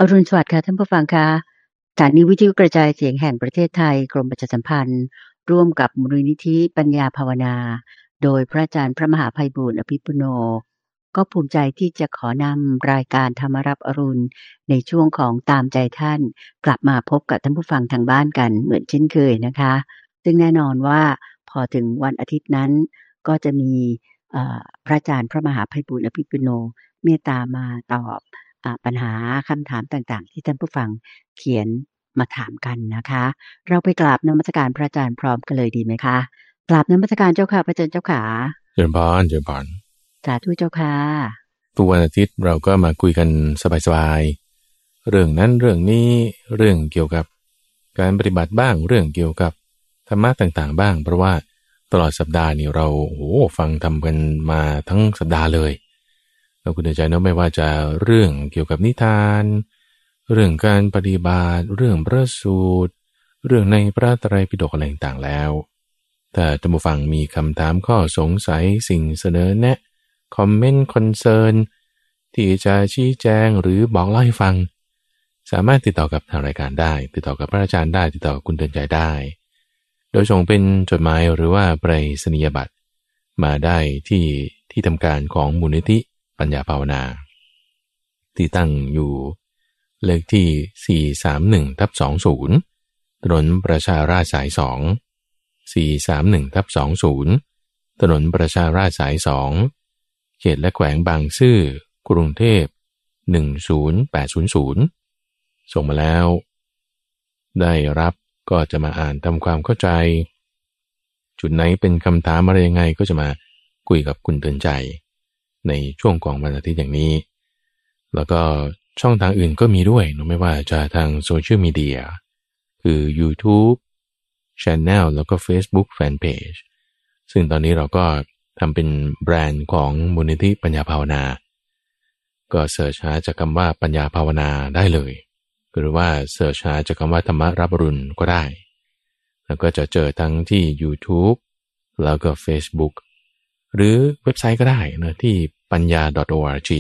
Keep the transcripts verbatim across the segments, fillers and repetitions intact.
อรุณสวัสดิ์ค่ะท่านผู้ฟังคะสถานีวิทยุกระจายเสียงแห่งประเทศไทยกรมประชาสัมพันธ์ร่วมกับมูลนิธิปัญญาภาวนาโดยพระอาจารย์พระมหาไพบูลย์อภิปุโนก็ภูมิใจที่จะขอนำรายการธรรมรับอรุณในช่วงของตามใจท่านกลับมาพบกับท่านผู้ฟังทางบ้านกันเหมือนเช่นเคยนะคะซึ่งแน่นอนว่าพอถึงวันอาทิตย์นั้นก็จะมีพระอาจารย์พระมหาไพบูลย์อภิปุโนเมตตามาตอบปัญหาคำถามต่างๆที่ท่านผู้ฟังเขียนมาถามกันนะคะเราไปกราบนมัสการพระอาจารย์พร้อมกันเลยดีไหมคะกราบนมัสการเจ้าค่ะพระอาจารย์เจ้าขาเจริญพรเจริญพรสาธุเจ้าค่ะทุกวันอาทิตย์เราก็มาคุยกันสบายๆเรื่องนั้นเรื่องนี้เรื่องเกี่ยวกับการปฏิบัติบ้างเรื่องเกี่ยวกับธรรมะต่างๆบ้างเพราะว่าตลอดสัปดาห์นี้เราโอ้โหฟังทำกันมาทั้งสัปดาห์เลยเราคุณใจนะไม่ว่าจะเรื่องเกี่ยวกับนิทานเรื่องการปฏิบัติเรื่องพระสูตรเรื่องในพระไตรปิฎกอะไรต่างๆแล้วถ้าท่านผู้ฟังมีคำถามข้อสงสัยสิ่งเสนอแนะคอมเมนต์คอนเซิร์นที่จะชี้แจงหรือบอกเล่าให้ฟังสามารถติดต่อกับทางรายการได้ติดต่อกับพระอาจารย์ได้ติดต่อกับคุณเตือนใจได้โดยส่งเป็นจดหมายหรือว่าไปรษณียบัตรมาได้ที่ที่ทำการของมูลนิธิปัญญาภาวนาที่ตั้งอยู่เลขที่สี่ สาม หนึ่ง ทับ สองสิบถนนประชาราษฎร์สายสอง สี่ สาม หนึ่ง ทับ สองสิบถนนประชาราษฎร์สายสองเขตและแขวงบางซื่อกรุงเทพหนึ่ง ศูนย์ แปด ศูนย์ ศูนย์ส่งมาแล้วได้รับก็จะมาอ่านทำความเข้าใจจุดไหนเป็นคำถามอะไรยังไงก็จะมาคุยกับคุณเตือนใจในช่วงของวันอาทิตย์อย่างนี้แล้วก็ช่องทางอื่นก็มีด้วยนะไม่ว่าจะทางโซเชียลมีเดียคือ YouTube Channel แล้วก็ Facebook Fanpage ซึ่งตอนนี้เราก็ทำเป็นแบรนด์ของมูลนิธิปัญญาภาวนาก็เสิร์ชหาจากคำว่าปัญญาภาวนาได้เลยหรือว่าเสิร์ชหาจากคำว่าธรรมรับอรุณก็ได้แล้วก็จะเจอทั้งที่ YouTube แล้วก็ Facebook หรือเว็บไซต์ก็ได้นะที่ปัญญา .org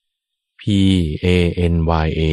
p a n y a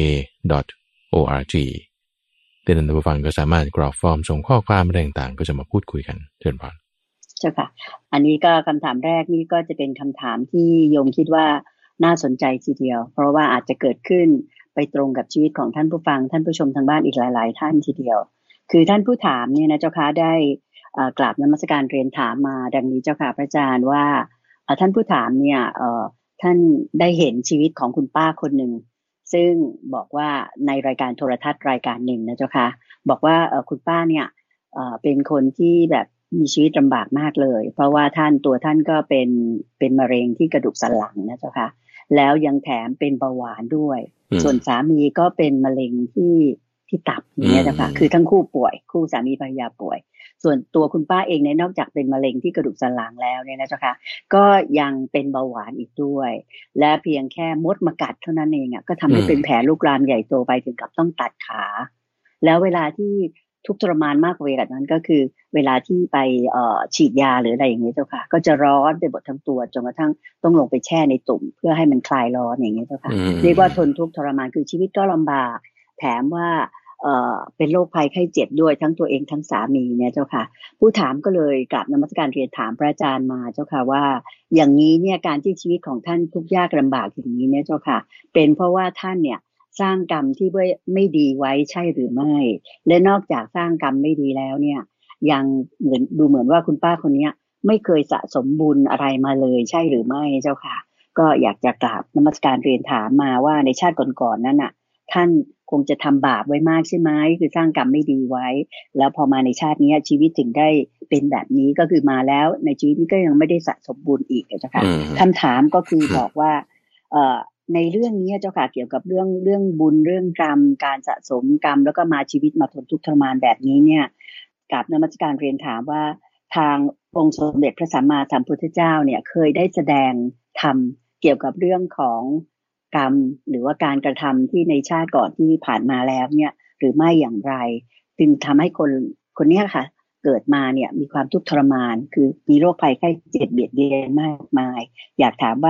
.org เดี๋ยวท่านผู้ฟังก็สามารถกรอกฟอร์มส่งข้อความอะไรต่างๆก็จะมาพูดคุยกันเชิญพรเจ้าค่ะอันนี้ก็คำถามแรกนี่ก็จะเป็นคำถามที่โยมคิดว่าน่าสนใจทีเดียวเพราะว่าอาจจะเกิดขึ้นไปตรงกับชีวิตของท่านผู้ฟังท่านผู้ชมทางบ้านอีกหลายๆท่านทีเดียวคือท่านผู้ถามเนี่ยนะเจ้าค่ะได้กราบนมัสการเรียนถามมาดังนี้เจ้าค่ะพระอาจารย์ว่าท่านผู้ถามเนี่ยท่านได้เห็นชีวิตของคุณป้าคนหนึ่งซึ่งบอกว่าในรายการโทรทัศน์รายการหนึ่งนะเจ้าค่ะบอกว่าคุณป้าเนี่ยเป็นคนที่แบบมีชีวิตลำบากมากเลยเพราะว่าท่านตัวท่านก็เป็นเป็นมะเร็งที่กระดูกสันหลังนะเจ้าค่ะแล้วยังแถมเป็นเบาหวานด้วยส่วนสามีก็เป็นมะเร็งที่ที่ตับอย่างเงี้ยนะคะคือทั้งคู่ป่วยคู่สามีภรรยาป่วยส่วนตัวคุณป้าเองเนี่ยนอกจากเป็นมะเร็งที่กระดูกสันหลังแล้วเนี่ยนะเจ้าค่ะก็ยังเป็นเบาหวานอีกด้วยและเพียงแค่มดมากัดเท่านั้นเองอ่ะก็ทำให้เป็นแผลลุกลามใหญ่โตไปถึงกับต้องตัดขาแล้วเวลาที่ทุกทรมานมากกว่านั้นก็คือเวลาที่ไปเอ่อฉีดยาหรืออะไรอย่างเงี้ยเจ้าค่ะก็จะร้อนไปหมดทั้งตัวจนกระทั่งต้องลงไปแช่ในตุ่มเพื่อให้มันคลายร้อนอย่างเงี้ยเจ้าค่ะเรียกว่าทนทุกข์ทรมานคือชีวิตก็ลำบากแถมว่าเอ่อเป็นโรคภัยไข้เจ็บด้วยทั้งตัวเองทั้งสามีเนี่ยเจ้าค่ะผู้ถามก็เลยกราบนมัสการเรียนถามพระอาจารย์มาเจ้าค่ะว่าอย่างนี้เนี่ยการที่ชีวิตของท่านทุกข์ยากลำบากอย่างนี้เนี่ยเจ้าค่ะเป็นเพราะว่าท่านเนี่ยสร้างกรรมที่ไม่ดีไว้ใช่หรือไม่และนอกจากสร้างกรรมไม่ดีแล้วเนี่ยยังเหมือนดูเหมือนว่าคุณป้าคนนี้ไม่เคยสะสมบุญอะไรมาเลยใช่หรือไม่เจ้าค่ะก็อยากจะกราบนมัสการเรียนถามมาว่าในชาติก่อนๆนั้นน่ะท่านคงจะทำบาปไว้มากใช่ไหมคือสร้างกรรมไม่ดีไว้แล้วพอมาในชาตินี้ชีวิตถึงได้เป็นแบบนี้ก็คือมาแล้วในชีวิตนี้ก็ยังไม่ได้สะสมบุญอีกเจ้าค่ะคำถามก็คือบอกว่าเอ่อในเรื่องนี้เจ้าค่ะเกี่ยวกับเรื่องเรื่องบุญเรื่องกรรมการสะสมกรรมแล้วก็มาชีวิตมาทนทุกข์ทรมานแบบนี้เนี่ยกราบนมัสการเรียนถามว่าทางองค์สมเด็จพระสัมมาสัมพุทธเจ้าเนี่ยเคยได้แสดงธรรมเกี่ยวกับเรื่องของกรรมหรือว่าการกระทำที่ในชาติก่อนที่ผ่านมาแล้วเนี่ยหรือไม่อย่างไรจึงทำให้คนคนนี้ค่ะเกิดมาเนี่ยมีความทุกข์ทรมานคือมีโรคภัยไข้เจ็บเบียดเบียนมากมายอยากถามว่า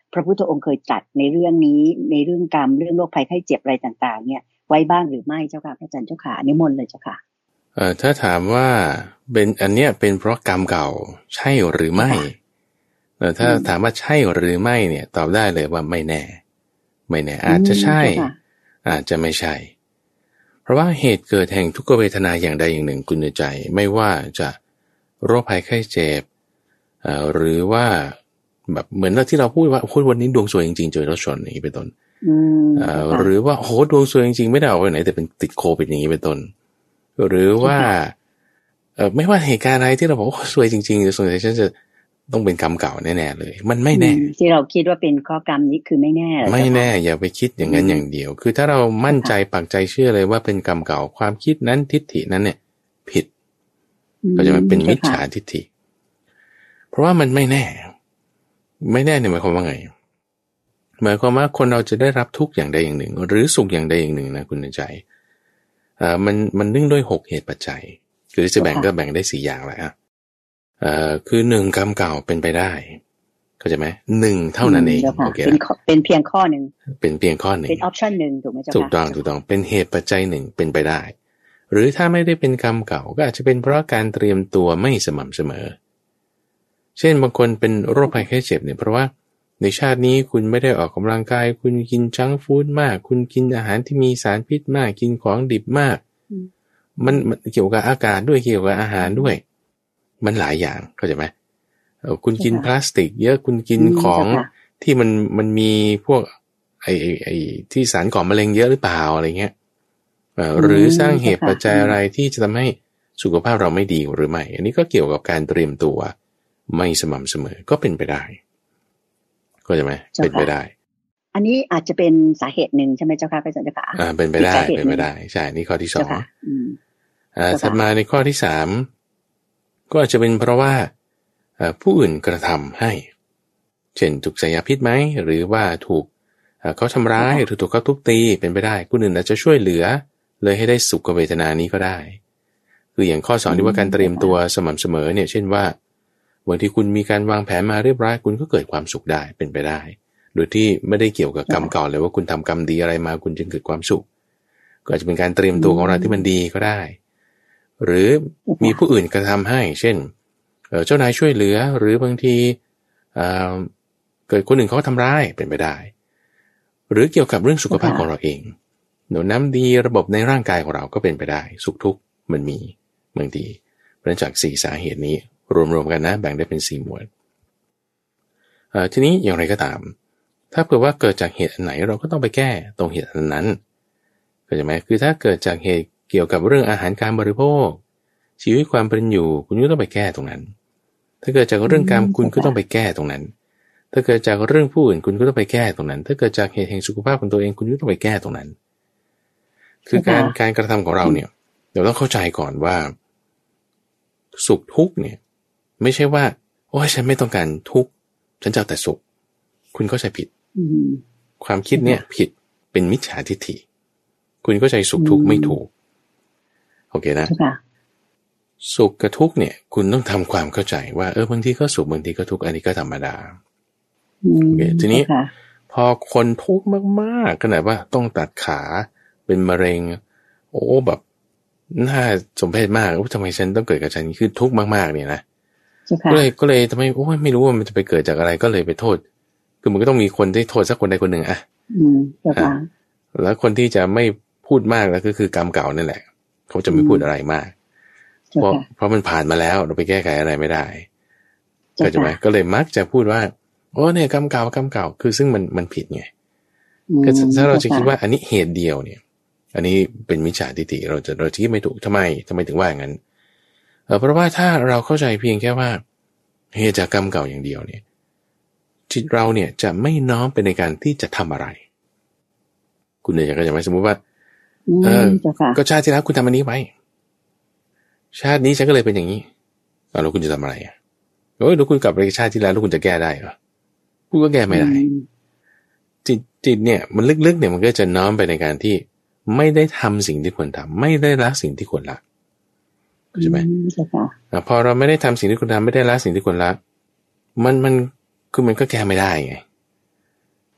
พระพุทธองค์เคยตรัสในเรื่องนี้ในเรื่องกรรมเรื่องโรคภัยไข้เจ็บอะไรต่างๆเนี่ยไว้บ้างหรือไม่เจ้าค่ะพระอาจารย์เจ้าค่ะนิมนต์เลยเจ้าค่ะเอ่อถ้าถามว่าเป็นอันเนี้ยเป็นเพราะกรรมเก่าใช่หรือไม่เออถ้าถามว่าใช่หรือไม่เนี่ยตอบได้เลยว่าไม่แน่ไม่แน่อาจจะใช่อาจจะไม่ใช่เพราะว่าเหตุเกิดแห่งทุกขเวทนาอย่างใดอย่างหนึ่งคุณใจไม่ว่าจะโรคภัยไข้เจ็บเอ่อหรือว่าแบบเหมือนที่เราพูดว่าโอ้ยวันนี้ดวงสวยจริงๆเจอรถชนอย่างนี้เป็นต้นเอ่อหรือว่าโอ้โหดวงสวยจริงๆไม่ได้ออกไปไหนแต่เป็นติดโควิดอย่างนี้เป็นต้นหรือว่าเออไม่ว่าเหตุการณ์อะไรที่เราบอกว่าสวยจริงๆส่วนใหญ่ฉันจะต้องเป็นกรรมเก่าแน่ๆเลยมันไม่แน่ที่เราคิดว่าเป็นข้อกรรมนี้คือไม่แน่ไม่แน่อย่าไปคิดอย่างนั้นอย่างเดียวคือถ้าเรามั่นใจปักใจเชื่อเลยว่าเป็นกรรมเก่าความคิดนั้นทิฏฐินั้นเนี่ยผิดก็จะมันเป็นมิจฉาทิฏฐิเพราะว่ามันไม่แน่ไม่แน่เนี่ยหมายความว่าไงหมายความว่าคนเราจะได้รับทุกข์อย่างใดอย่างหนึ่งหรือสุขอย่างใดอย่างหนึ่งนะคุณใจอ่ามันมันเนื่องด้วยหกเหตุปัจจัยคือจะแบ่งก็แบ่งได้สี่อย่างแหละอ่ะเอ่อคือหนึ่งกรรมเก่าเป็นไปได้เข้าใจไหมหนึ่งเท่านั้นเองโอเคเป็นเป็นเพียงข้อหนึ่งเป็นเพียงข้อหนึ่งเป็นออปชันหนึ่งถูกไหมเจ้าค่ะถูกต้องถูกต้องเป็นเหตุปัจจัยหนึ่งเป็นไปได้หรือถ้าไม่ได้เป็นกรรมเก่าก็อาจจะเป็นเพราะการเตรียมตัวไม่สม่ำเสมอเช่นบางคนเป็นโรคภัยไข้เจ็บเนี่ยเพราะว่าในชาตินี้คุณไม่ได้ออกกำลังกายคุณกินจังก์ฟู้ดมากคุณกินอาหารที่มีสารพิษมากกินของดิบมากมันเกี่ยวกับอากาศด้วยเกี่ยวกับอาหารด้วยมันหลายอย่างเข้าใจไหมคุณกินพลาสติกเยอะคุณกินของที่มันมันมีพวกไอ้ไอ้ที่สารก่อมะเร็งเยอะหรือเปล่าอะไรเงี้ยหรือสร้างเหตุปัจจัยอะไรที่จะทำให้สุขภาพเราไม่ดีหรือไม่อันนี้ก็เกี่ยวกับการเตรียมตัวไม่สม่ำเสมอก็เป็นไปได้ก็ใช่ไหมเป็นไปได้อันนี้อาจจะเป็นสาเหตุหนึ่งใช่ไหมเจ้าค่ะพระอาจารย์เจ้าค่ะอ่าเป็นไปได้เป็นไปได้ใช่นี่ข้อที่สองอ่าถัดมาในข้อที่สามก็อาจจะเป็นเพราะว่าผู้อื่นกระทำให้เช่นถูกใส่ยาพิษไหมหรือว่าถูกเขาทำร้ายหรือถูกเขาทุบตีเป็นไปได้ผู้อื่นอาจจะช่วยเหลือเลยให้ได้สุขเวทนานี้ก็ได้คืออย่างข้อสองที่ว่าการเตรียมตัวสม่ำเสมอเนี่ยเช่นว่าบางทีคุณมีการวางแผนมาเรียบร้อยคุณก็เกิดความสุขได้เป็นไปได้โดยที่ไม่ได้เกี่ยวกับกรรมเก่าเลยว่าคุณทำกรรมดีอะไรมาคุณจึงเกิดความสุขก็อาจจะเป็นการเตรียมตัวของเราที่มันดีก็ได้หรือมีผู้อื่นกระทำให้เช่นเจ้านายช่วยเหลือหรือบางทีเกิดคนอื่นเขาทำร้ายเป็นไปได้หรือเกี่ยวกับเรื่องสุขภาพของเราเองหนูน้ำดีระบบในร่างกายของเราก็เป็นไปได้สุขทุกข์มันมีบางทีเพราะจากสี่สาเหตุนี้รวมๆกันนะแบ่งได้เป็นสี่หมวดทีนี้อย่างไรก็ตามถ้าเผื่อว่าเกิดจากเหตุอันไหนเราก็ต้องไปแก้ตรงเหตุอันนั้นเข้าใจไหมคือถ้าเกิดจากเหตุเกี่ยวกับเรื่องอาหารการบริโภคชีวิตความเป็นอยู่คุณก็ต้องไปแก้ตรงนั้นถ้าเกิดจากเรื่องการคุณก็ต้องไปแก้ตรงนั้นถ้าเกิดจากเรื่องผู้อื่นคุณก็ต้องไปแก้ตรงนั้นถ้าเกิดจากเหตุแห่งสุขภาพของตัวเองคุณก็ต้องไปแก้ตรงนั้นคือการการกระทำของเราเนี่ยเดี๋ยวต้องเข้าใจก่อนว่าสุขทุกข์เนี่ยไม่ใช่ว่าโอ้ยฉันไม่ต้องการทุกข์ฉันจะแต่สุขคุณเข้าใจผิดความคิดเนี่ยผิดเป็นมิจฉาทิฏฐิคุณเข้าใจสุขทุกข์ไม่ถูกโอเคนะสุขกับทุกข์เนี่ยคุณต้องทำความเข้าใจว่าเออบางทีก็สุขบางทีก็ทุกข์อันนี้ก็ธรรมดาโอเคทีนี้พอคนทุกข์มากๆขนาดว่าต้องตัดขาเป็นมะเร็งโอ้แบบน่าสมเพชมากว่าทำไมฉันต้องเกิดกับฉันคือทุกข์มากๆเนี่ยนะก็เลยก็เลยทำไมโอ้ยไม่รู้ว่ามันจะไปเกิดจากอะไรก็เลยไปโทษคือมันก็ต้องมีคนที่โทษสักคนใดคนหนึ่งอะแล้วคนที่จะไม่พูดมากแล้วก็คือกรรมเก่านั่นแหละเขาจะไม่พูดอะไรมากเพราะเพราะมันผ่านมาแล้วเราไปแก้ไขอะไรไม่ได้ก็จะไหมก็เลยมักจะพูดว่าโอ้เนี่ยกรรมเก่ากรรมเก่าคือซึ่งมันมันผิดไงก็ถ้าเราจะคิดว่าอันนี้เหตุเดียวเนี่ยอันนี้เป็นมิจฉาทิฏฐิเราจะเราจะคิดไม่ถูกทำไมทำไมถึงว่าอย่างนั้นเออเพราะว่าถ้าเราเข้าใจเพียงแค่ว่าเหตุจากกรรมเก่าอย่างเดียวเนี่ยจิตเราเนี่ยจะไม่น้อมไปในการที่จะทำอะไรคุณเนี่ยก็จะไม่สมมติว่าเออก็ชาติที่แล้วคุณทำอันนี้ไว้ชาตินี้ฉันก็เลยเป็นอย่างนี้แล้วคุณจะทำอะไรอ่ะโอ้ยแล้วคุณกลับไปชาติที่แล้วแล้วคุณจะแก้ได้เหรอคุณก็แก้ไม่ได้จิตจิตเนี่ยมันลึกๆเนี่ยมันก็จะน้อมไปในการที่ไม่ได้ทำสิ่งที่ควรทำไม่ได้ละสิ่งที่ควรละใช่ไหมพอเราไม่ได้ทำสิ่งที่ควรทำไม่ได้ละสิ่งที่ควรละมันมันคือมันก็แก้ไม่ได้ไง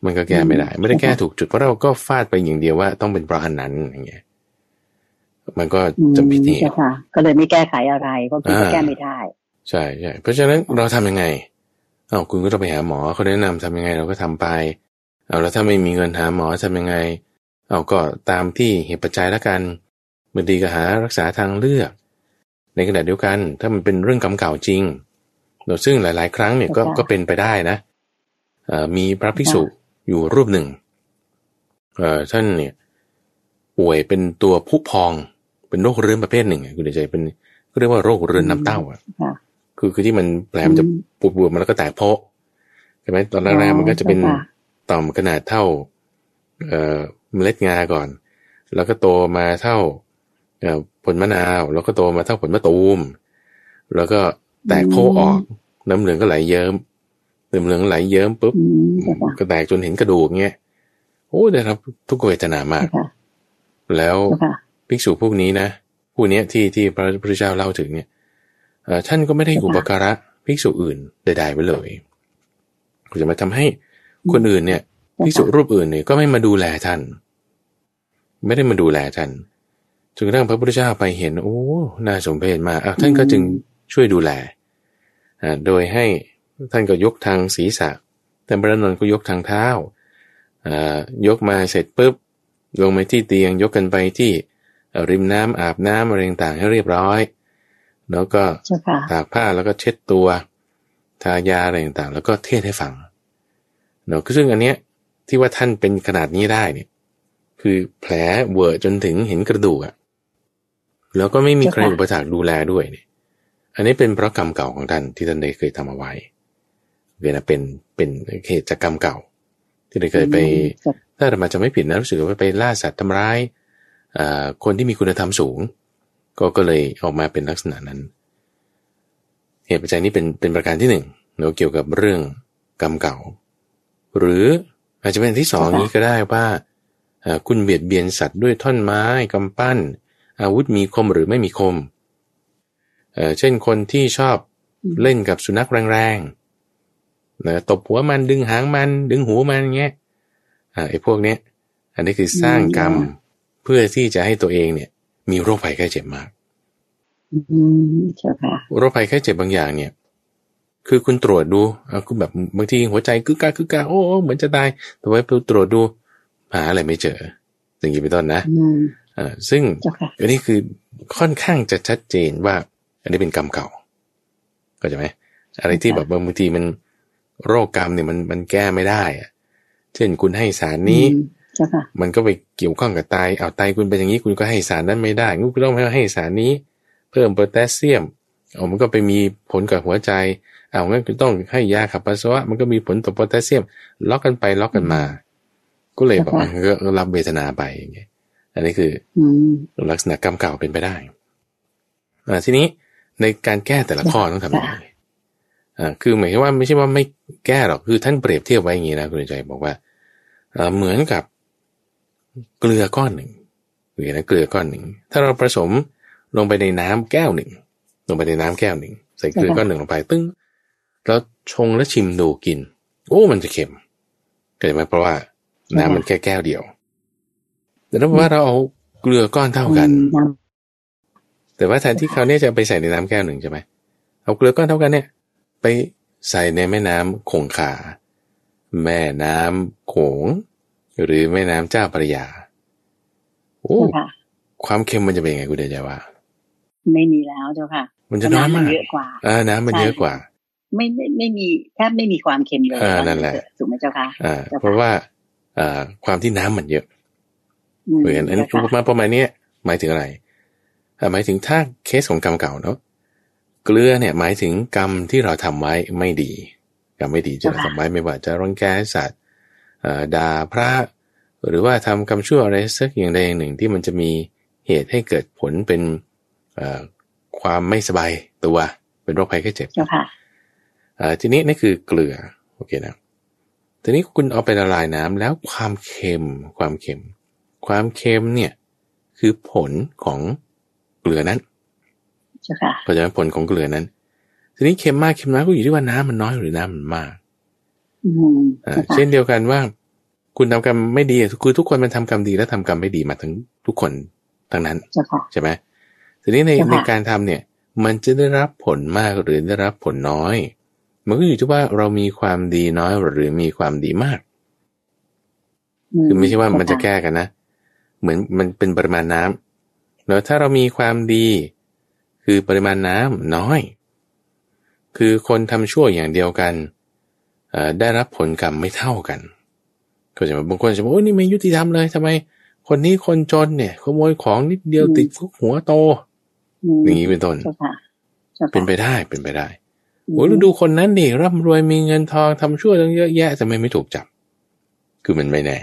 มันก็แก้ไม่ได้ไม่ได้แก้ถูกจุดเพราะเราก็ฟาดไปอย่างเดียวว่าต้องเป็นเพราะอันนั้นอย่างเงี้ยมันก็จะผิดนี่ค่ะก็เลยไม่แก้ไขอะไรเพราะคิดว่าแก้ไม่ได้ใช่ใช่เพราะฉะนั้นเราทำยังไงอ้าวคุณก็ต้องไปหาหมอเขาแนะนำทำยังไงเราก็ทำไปเอาแล้วถ้าไม่มีเงินหาหมอทำยังไงเอาก็ตามที่เหตุปัจจัยแล้วกันบางทีก็หารักษาทางเลือกในขณะเดียวกันถ้ามันเป็นเรื่องกรรมเก่าจริงซึ่งหลายๆครั้งเนี่ยก็ก็เป็นไปได้นะมีพระภิกษุอยู่รูปหนึ่งท่านเนี่ยป่วยเป็นตัวผุพองเป็นโรคเรื้อนประเภทหนึ่งคุณเดชใจเป็นก็เรียกว่าโรคเรื้อนน้ำเต้าอ่ะคือคือที่มันแผลมันจะปวดๆมันแล้วก็แตกโพะใช่ไหมตอนแรกๆมันก็จะเป็นต่อมขนาดเท่าเมล็ดงาก่อนแล้วก็โตมาเท่าผลมะนาวแล้วก็โตมาเท่าผลมะตูมแล้วก็แตกโพะออกน้ำเหลืองก็ไหลเยิ้มน้ำเหลืองไหลเยิ้มปุ๊บก็แตกจนเห็นกระดูกเงี้ยโอ้ได้รับทุกขเวทนามากแล้วภิกษุพวกนี้นะผู้นี้ที่ที่พระพุทธเจ้าเล่าถึงเนี่ยท่านก็ไม่ได้อุปการะภิกษุอื่นใดๆไปเลยก็จะมาทำให้คนอื่นเนี่ยภิกษุรูปอื่นเนี่ยก็ไม่มาดูแลท่านไม่ได้มาดูแลท่านจนกระทั่งพระพุทธเจ้าไปเห็นโอ้น่าสมเพชมากอ้าวท่านก็จึงช่วยดูแลโดยให้ท่านก็ยกทางศีรษะแต่พระนนท์ก็ยกทางเท้ายกมาเสร็จปุ๊บลงมาที่เตียงยกกันไปที่ริมน้ำอาบน้ำอะไรต่างๆให้เรียบร้อยแล้วก็ตากผ้าแล้วก็เช็ดตัวทายาอะไรต่างๆแล้วก็เทศให้ฟังเนาะซึ่งอันเนี้ยที่ว่าท่านเป็นขนาดนี้ได้เนี่ยคือแผลเวอะจนถึงเห็นกระดูกอะแล้วก็ไม่มีใครอุปถัมภ์ดูแลด้วยเนี่ยอันนี้เป็นเพราะกรรมเก่าของท่านที่ท่านได้เคยทำเอาไว้เวลาเป็นเป็นเหตุจากกรรมเก่าที่ได้เคยไปถ้าธรรมะจะไม่ผิดนะรู้สึกว่าไปล่าสัตว์ทำร้ายคนที่มีคุณธรรมสูงก็ก็เลยออกมาเป็นลักษณะนั้นเหตุปัจจัยนี้เป็นเป็นประการที่หนึ่งเนาะเกี่ยวกับเรื่องกรรมเก่าหรืออาจจะเป็นที่สองนี้ก็ได้ว่าคุณเบียดเบียนสัตว์ด้วยท่อนไม้กำปั้นอาวุธมีคมหรือไม่มีคมเอ่อเช่นคนที่ชอบเล่นกับสุนัขแรงๆนะตบหัวมันดึงหางมันดึงหูมันอย่างเงี้ยอ่าไอ้พวกเนี้ยอันนี้คือสร้างกรรมเพื่อที่จะให้ตัวเองเนี่ยมีโรคภัยไข้เจ็บมากอืมใช่ค่ะโรคภัยไข้เจ็บบางอย่างเนี่ยคือคุณตรวจดูอ่าคุณแบบบางทีหัวใจกึกกากึกกาโอ้เหมือนจะตายแต่ว่าตรวจดูหาอะไรไม่เจออย่างนี้เป็นต้นนะอ่าซึ่งอันนี้คือค่อนข้างจะชัดเจนว่าอันนี้เป็นกรรมเก่าเข้าใจไหมอะไรที่แบบบางทีมันโรคกรรมเนี่ยมันมันแก้ไม่ได้อะเช่นคุณให้สารนี้มันก็ไปเกี่ยวข้องกับไตเอาไตคุณเป็นอย่างนี้คุณก็ให้สารนั้นไม่ได้งั้นคุณต้องให้สารนี้เพิ่มโพแทสเซียมเอามันก็ไปมีผลกับหัวใจเอางั้นคุณต้องให้ยาขับปัสสาวะมันก็มีผลต่อโพแทสเซียมล็อกกันไปล็อกกันมาก็เลยบอกก็รับเวทนาไปอย่างเงี้ยอันนี้คือลักษณะกรรมเก่าเป็นไปได้อ่าทีนี้ในการแก้แต่ละข้อต้องทำยังไงอ่าคือหมายถึงว่าไม่ใช่ว่าไม่แก้หรอกคือท่านเปรียบเทียบไว้อย่างนี้นะคุณใจบอกว่าอ่าเหมือนกับเกลือก้อนหนึ่งหรือนะเกลือก้อนหนึ่งถ้าเราผสมลงไปในน้ำแก้วหนึ่งลงไปในน้ำแก้วหนึ่งใส่เกลือก้อนหนึ่งลงไปตึ้งแล้วชงแล้วชิมดูกินโอ้มันจะเค็มเกิดไหมเพราะว่าน้ำมันแค่แก้วเดียวแต่ถ้าว่าเราเอาเกลือก้อนเท่ากันแต่ว่าแทนที่เขาเนี่ยจะไปใส่ในน้ำแก้วหนึ่งใช่ไหมเอาเกลือก้อนเท่ากันเนี่ยไปใส่ในแม่น้ำคงคาแม่น้ำโขงหรือแม่น้ำเจ้าพระยาโอ้ความเค็มมันจะเป็นยังไงคุณเดชว่าไม่มีแล้วเจ้าค่ะมันจะน้อยมากเยอะกว่าอ่าน้ำมันเยอะกว่าไม่ไม่ไม่มีแทบไม่มีความเค็มเลยอ่านั่นแหละถูกไหมเจ้าค่ะอ่าเพราะว่าอ่าความที่น้ำมันเยอะเหมือนอันนี้มาประมาณนี้หมายถึงอะไรอ่าหมายถึงถ้าเคสของกรรมเก่าเนาะเกลือเนี่ยหมายถึงกรรมที่เราทำไว้ไม่ดีกรรมไม่ดีที่เราทำไว้ไม่ว่าจะรังแกสัตว์ด่าพระหรือว่าทำกรรมชั่วอะไรสักอย่างใดอย่างหนึ่งที่มันจะมีเหตุให้เกิดผลเป็นความไม่สบายตัวเป็นโรคภัยไข้เจ็บทีนี้นี่คือเกลือโอเคนะทีนี้คุณเอาไปละลายน้ำแล้วความเค็มความเค็มความเค็มเนี่ยคือผลของเกลือนั้นเพราะฉะนั้นผลของเกลือนั้นทีนี้เค็มมากเค็มน้อยก็อยู่ที่ว่าน้ำมันน้อยหรือน้ำมันมากเช่นเดียวกันว่าคุณทำกรรมไม่ดีคือทุกคนมันทำกรรมดีและทำกรรมไม่ดีมาทั้งทุกคนทั้งนั้นใช่ไหมทีนี้ในในการทำเนี่ยมันจะได้รับผลมากหรือได้รับผลน้อยมันก็อยู่ที่ว่าเรามีความดีน้อยหรือมีความดีมากคือไม่ใช่ว่ามันจะแก้กันนะเหมือนมันเป็นปริมาณน้ำแล้วถ้าเรามีความดีคือปริมาณน้ำน้อยคือคนทำชั่วอย่างเดียวกันได้รับผลกรรมไม่เท่ากันก็จะบางคนจะบอกโอ้นี่ไม่ยุติธรรมเลยทำไมคนนี้คนจนเนี่ยขโมยของนิดเดียวติดคุกหัวโตอย่างนี้เป็นต้นเป็นไปได้เป็นไปได้โอ้ดูคนนั้นดิร่ำรวยมีเงินทองทำชั่วตั้งเยอะแยะทำไมไม่ถูกจับคือมันไม่แน่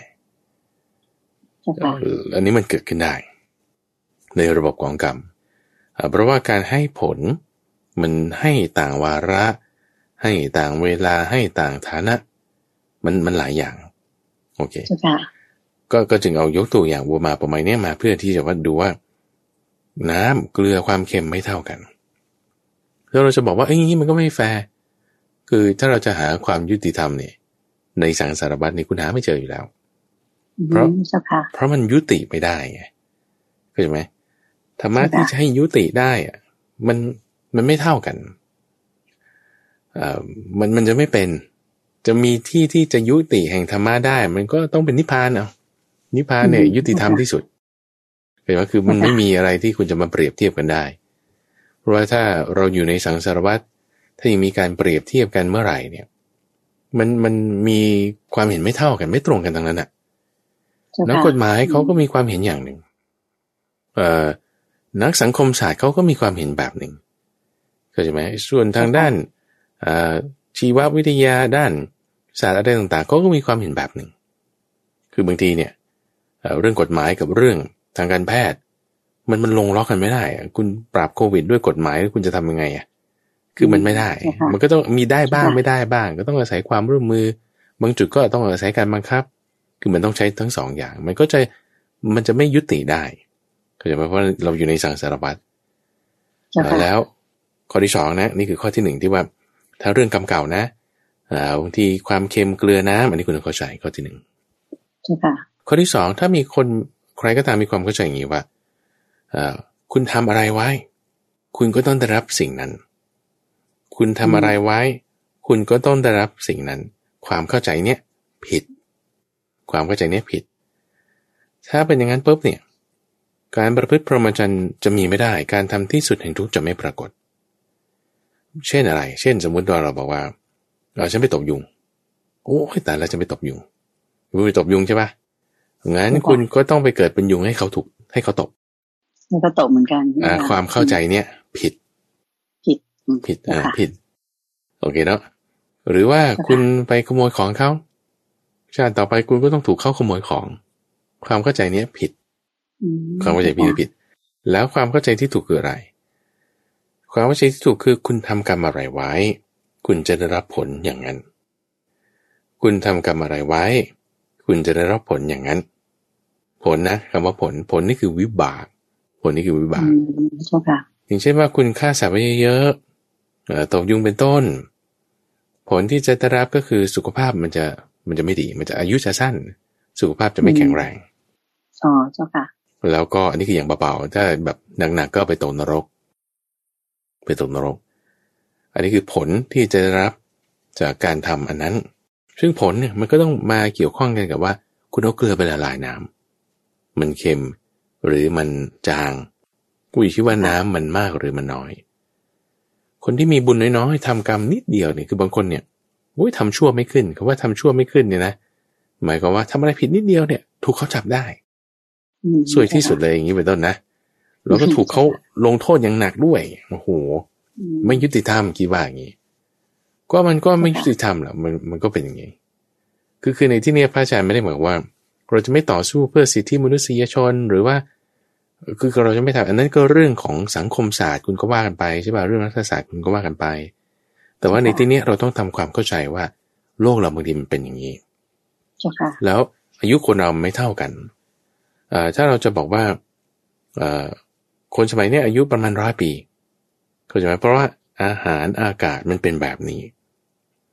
อันนี้มันเกิดขึ้นได้ในระบบของกรรมเพราะว่าการให้ผลมันให้ต่างวาระให้ต่างเวลาให้ต่างฐานะมันมันหลายอย่างโอเคก็ก็จึงเอายกตัวอย่างวัวมาประมาณนี้มาเพื่อที่จะว่าดูว่าน้ำเกลือความเค็มไม่เท่ากันแล้วเราจะบอกว่าไอ้นี้มันก็ไม่แฟร์คือถ้าเราจะหาความยุติธรรมเนี่ยในสังสารวัฏนี่คุณหาไม่เจออยู่แล้วเพราะเพราะมันยุติไม่ได้ไงเข้าใจไหมธรรมะที่จะให้ยุติได้อะมันมันไม่เท่ากันอ่ามันมันจะไม่เป็นจะมีที่ที่จะยุติแห่งธรรมะได้มันก็ต้องเป็นนิพพานเอานิพพานเนี่ยยุติธรรมที่สุดเห็นไหมคือมันไม่มีอะไรที่คุณจะมาเปรียบเทียบกันได้เพราะว่าถ้าเราอยู่ในสังสารวัฏถ้ายังมีการเปรียบเทียบกันเมื่อไหร่เนี่ยมันมันมีความเห็นไม่เท่ากันไม่ตรงกันทั้งนั้นอ่ะนักกฎหมายเขาก็มีความเห็นอย่างหนึ่งเอ่อนักสังคมศาสตร์เขาก็มีความเห็นแบบหนึ่งเข้าใจไหมส่วนทางด้านอ่าชีววิทยาด้านศาสตร์อะไรต่างๆเขาก็มีความเห็นแบบหนึ่งคือบางทีเนี่ยเรื่องกฎหมายกับเรื่องทางการแพทย์มันมันลงล็อกกันไม่ได้คุณปราบโควิดด้วยกฎหมายคุณจะทำยังไงอ่ะคือมันไม่ได้มันก็ต้องมีได้บ้างไม่ได้บ้างก็ต้องอาศัยความร่วมมือบางจุดก็ต้องอาศัยการบังคับคือมันต้องใช้ทั้งสองอย่างมันก็จะมันจะไม่ยุติได้เข้าใจไหมเพราะเราอยู่ในสังสารวัฏแล้วข้อที่สองนะนี่คือข้อที่หนึ่งที่ว่าถ้าเรื่องกรรมเก่านะบางทีความเค็มเกลือน้ำอันนี้คุณต้องเข้าใจข้อที่หนึ่งข้อที่สองถ้ามีคนใครก็ตามมีความเข้าใจอย่างนี้ว่าคุณทำอะไรไว้คุณก็ต้องได้รับสิ่งนั้นคุณทำอะไรไว้คุณก็ต้องได้รับสิ่งนั้นความเข้าใจเนี้ยผิดความเข้าใจเนี้ยผิดถ้าเป็นอย่างนั้นปุ๊บเนี่ยการประพฤติพรหมจรรย์จะมีไม่ได้การทำที่สุดแห่งทุกข์จะไม่ปรากฏเช่นอะไรเช่นสมมุติว่าเราบอกว่าเราฉันไปตบยุงโอ้ยแต่เราจะไปตบยุงคุณไปตบยุงใช่ปะงั้นคุณก็ต้องไปเกิดเป็นยุงให้เขาถูกให้เขาตบให้เขาตบเหมือนกันอ่าความเข้าใจเนี้ยผิดผิดผิดอ่าผิดโอเคเนาะหรือว่าคุณไปขโมยของเขาชาติต่อไปคุณก็ต้องถูกเขาขโมยของความเข้าใจเนี้ยผิดความเข้าใจผิดผิดแล้วความเข้าใจที่ถูกคืออะไรความเข้าใจที่ถูกคือคุณทำกรรมอะไรไว้คุณจะได้รับผลอย่างนั้นคุณทำกรรมอะไรไว้คุณจะได้รับผลอย่างนั้นผลนะคำว่าผลผลนี่คือวิบากผลนี่คือวิบากอย่างเช่นว่าคุณฆ่าสัตว์ไว้เยอะๆตบยุงเป็นต้นผลที่จะได้รับก็คือสุขภาพมันจะมันจะไม่ดีมันจะอายุจะสั้นสุขภาพจะไม่แข็งแรงอ๋อเจ้าค่ะแล้วก็อันนี้คืออย่างเบาๆถ้าแบบหนักๆก็ไปตกนรกไปตกนรกอันนี้คือผลที่จะได้รับจากการทำอันนั้นซึ่งผลเนี่ยมันก็ต้องมาเกี่ยวข้องกันกับว่าคุณเอาเกลือไปละลายน้ำมันเค็มหรือมันจางกูอยู่ที่ว่าน้ำมันมากหรือมันน้อยคนที่มีบุญน้อยๆทำกรรมนิดเดียวเนี่ยคือบางคนเนี่ยอุ้ยทำชั่วไม่ขึ้นคำว่าทำชั่วไม่ขึ้นเนี่ยนะหมายความว่าทำอะไรผิดนิดเดียวเนี่ยถูกเขาจับได้สวยที่สุดเลยอย่างนี้เป็นต้นนะแล้วก็ถูกเขาลงโทษอย่างหนักด้วยโอ้โหไม่ยุติธรรมกี่ว่าอย่างนี้ก็มันก็ไม่ยุติธรรมแหละมันมันก็เป็นอย่างนี้คือคือในที่นี้พระอาจารย์ไม่ได้หมายว่าเราจะไม่ต่อสู้เพื่อสิทธิมนุษยชนหรือว่าคือเราจะไม่ทำอันนั้นก็เรื่องของสังคมศาสตร์คุณก็ว่ากันไปใช่ป่ะเรื่องรัฐศาสตร์คุณก็ว่ากันไปแต่ว่าในที่นี้เราต้องทำความเข้าใจว่าโลกเราบางทีมันเป็นอย่างนี้แล้วอายุคนเราไม่เท่ากันถ้าเราจะบอกว่าคนสมัยนี้อายุประมาณร้อยปีเข้าใจไหมเพราะว่าอาหารอากาศมันเป็นแบบนี้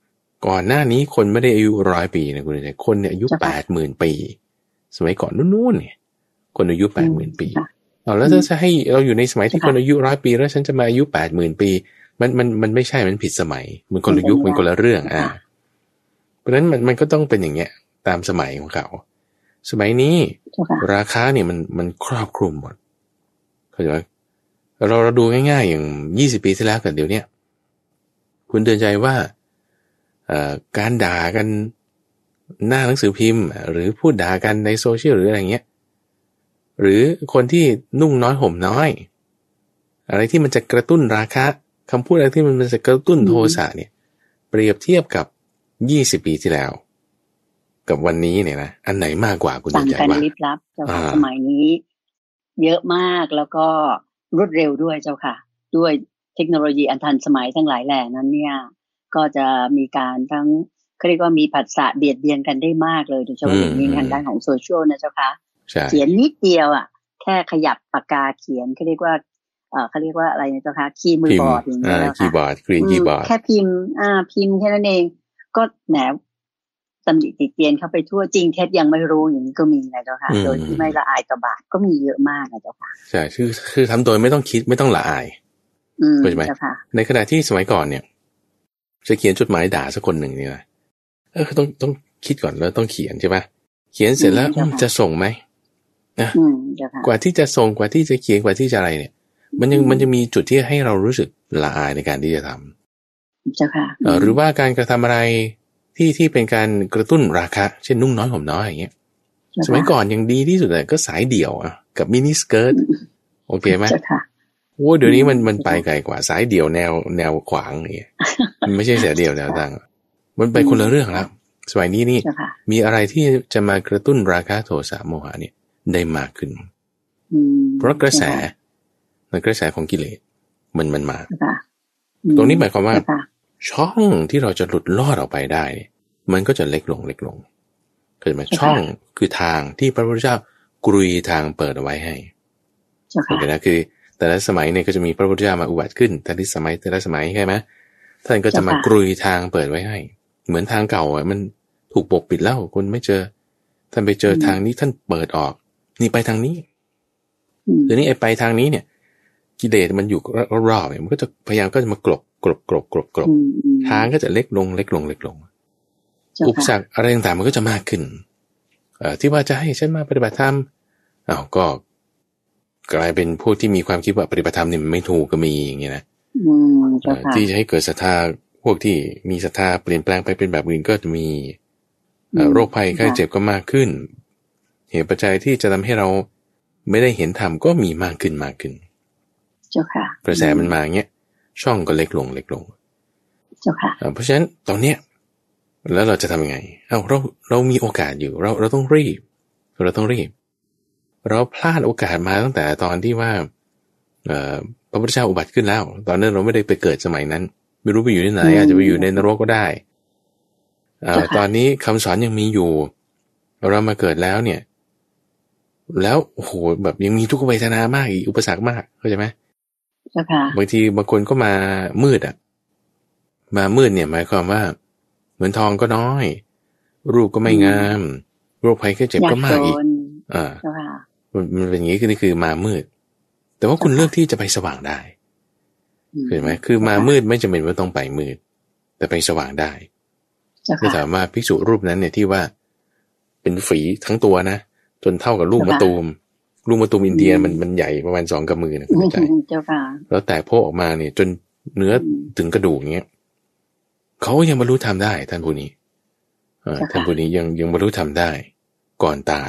ก่อนหน้านี้คนไม่ได้อายุร้อยปีนะคุณใจคนเนี่ยอายุแปดหมื่นปีสมัยก่อนนู้นๆเนี่ยคนอายุแปดหมื่นปีอ๋อแล้วถ้าจะให้เราอยู่ในสมัยที่คนอายุร้อยปีแล้วฉันจะมาอายุแปดหมื่นปีมันมันมันไม่ใช่มันผิดสมัยมันคนละยุคมันคนละเรื่องอ่าเพราะฉะนั้นมันมันก็ต้องเป็นอย่างเงี้ยตามสมัยของเขาสมัยนี้ราคาเนี่ยมันมันครอบคลุมหมดเข้าใจไหมเราเราดูง่ายๆอย่างยี่สิบปีที่แล้วกับเดี๋ยวนี้คุณเตือนใจว่าการด่ากันหน้าหนังสือพิมพ์หรือพูดด่ากันในโซเชียลหรืออะไรเงี้ยหรือคนที่นุ่งน้อยห่มน้อยอะไรที่มันจะกระตุ้นราคะคำพูดอะไรที่มันจะกระตุ้นโทสะเนี่ยเปรียบเทียบกับยี่สิบปีที่แล้วกับวันนี้เนี่ยนะอันไหนมากกว่าคุณเตือนใจว่าต่างกันลิบลับเจ้าค่ะสมัยนี้เยอะมากแล้วก็รวดเร็วด้วยเจ้าค่ะด้วยเทคโนโลยีอันทันสมัยทั้งหลายแหล่นั้นเนี่ยก็จะมีการทั้งเขาเรียกว่ามีผัสสะเบียดเบียนกันได้มากเลยโดยเฉพาะอย่างยิ่งทางด้านของโซเชียลนะเจ้าค่ะเขียนนิดเดียวอ่ะแค่ขยับปากกาเขียนเขาเรียกว่าเอ่อเขาเรียกว่าอะไรนะเจ้าค่ะคีย์มือบอร์ดอย่างเงี้ยนะคะคีย์บอร์ดกรีนคีย์บอร์ดแค่พิมพ์อ่าพิมพ์แค่นั้นเองก็แหมตำหนิติเตียนเข้าไปทั่วจริงเท็จยังไม่รู้อย่างนี้ก็มีนะเจ้าค่ะโดยที่ไม่ละอายต่อบาปก็มีเยอะมากนะเจ้าค่ะใช่คือคือทำโดยไม่ต้องคิดไม่ต้องละอายเข้าใจไหมในขณะที่สมัยก่อนเนี่ยจะเขียนจดหมายด่าสักคนหนึ่งเนี่ยเออต้องต้องคิดก่อนแล้วต้องเขียนใช่ปะเขียนเสร็จแล้วจะส่งไหมนะกว่าที่จะส่งกว่าที่จะเขียนกว่าที่จะอะไรเนี่ยมันยังมันจะมีจุดที่ให้เรารู้สึกละอายในการที่จะทำเจ้าค่ะหรือว่าการกระทำอะไรที่ที่เป็นการกระตุ้นราคะเช่นนุ่งน้อยห่มน้อยอย่างเงี้ยสมัยก่อนยังดีที่สุดเลยก็สายเดี่ยวอ่ะกับมินิสเกิร์ตโอเคไหมโอ้เดี๋ยวนี้มันมันไปไกลกว่าสายเดี่ยวแนวแนวขวางอย่างเงี้ยมันไม่ใช่สายเดี่ยวแนวตั้งมันไปคนละเรื่องแล้วสมัยนี้นี่มีอะไรที่จะมากระตุ้นราคะโทสะโมหะเนี่ยได้มากขึ้นเพราะกระแสมันกระแสของกิเลสมันมันมาตรงนี้หมายความว่าช่องที่เราจะหลุดลอดออกไปได้มันก็จะเล็กลงเล็กลงเข้าใจไหมช่องคือทางที่พระพุทธเจ้ากรุยทางเปิดเอาไว้ให้เข้าใจนะคือแต่ละสมัยเนี่ยก็จะมีพระพุทธเจ้ามาอุบัติขึ้นแต่ละสมัยแต่ละสมัยใช่ไหมท่านก็จะมากรุยทางเปิดไว้ให้เหมือนทางเก่าอ่ะมันถูกปกปิดแล้วคนไม่เจอท่านไปเจอทางนี้ท่านเปิดออกนี่ไปทางนี้ทีนี้ไอ้ไปทางนี้เนี่ยกิเลสมันอยู่รอบๆเนี่ยมันก็จะพยายามก็จะมากลบกลบกลบกลบกลบทางก็จะเล็กลงเล็กลงเล็กลงอุปสรรคอะไรต่างๆมันก็จะมากขึ้นเอ่อที่ว่าจะให้ฉันมาปฏิบัติธรรมอ้าวก็กลายเป็นพวกที่มีความคิดว่าปฏิบัติธรรมนี่มันไม่ถูกก็มีอย่างเงี้ยนะที่จะให้เกิดศรัทธาพวกที่มีศรัทธาเปลี่ยนแปลงไปเป็นแบบอื่นก็จะมีโรคภัยไข้เจ็บก็มากขึ้นเหตุปัจจัยที่จะทำให้เราไม่ได้เห็นธรรมก็มีมากขึ้นมากขึ้นเจ้าค่ะกระแสมันมาเงี้ยช่องก็เล็กลงเล็กลงเจ้าค่ะเพราะฉะนั้นตอนเนี้ยแล้วเราจะทำยังไงเอ้าเราเรามีโอกาสอยู่เราเราต้องรีบเราต้องรีบเราพลาดโอกาสมาตั้งแต่ตอนที่ว่าเอ่อพระพุทธเจ้าอุบัติขึ้นแล้วตอนนั้นเราไม่ได้ไปเกิดสมัยนั้นไม่รู้ไปอยู่ที่ไหนอาจจะไปอยู่ในนรกก็ได้เอ่อตอนนี้คำสอนยังมีอยู่เรามาเกิดแล้วเนี่ยแล้วโอ้โหแบบยังมีทุกขเวทนามากอีกอุปสรรคมากเข้าใจไหมบางทีบางคนก็มามืดอ่ะมามืดเนี่ยหมายความว่าเหมือนทองก็น้อยรูปก็ไม่งามโรคภัยแค่เจ็บก็มากอีกอ่ามันเป็นอย่างนี้คือนี่คือมามืดแต่ว่าคุณเลือกที่จะไปสว่างได้เห็นไหมคือมามืดไม่จำเป็นว่าต้องไปมืดแต่ไปสว่างได้คือถามว่าภิกษุรูปนั้นเนี่ยที่ว่าเป็นฝีทั้งตัวนะจนเท่ากับลูกมะตูมลูกมะตูมอินเดียมันมันใหญ่ประมาณสองกำมือนะคุณใจแล้วแต่โผล่ออกมาเนี่ยจนเนื้อถึงกระดูกเงี้ยเขายังบรรลุธรรมได้ท่านผู้นี้ท่านผู้นี้ยังยังบรรลุธรรมได้ก่อนตาย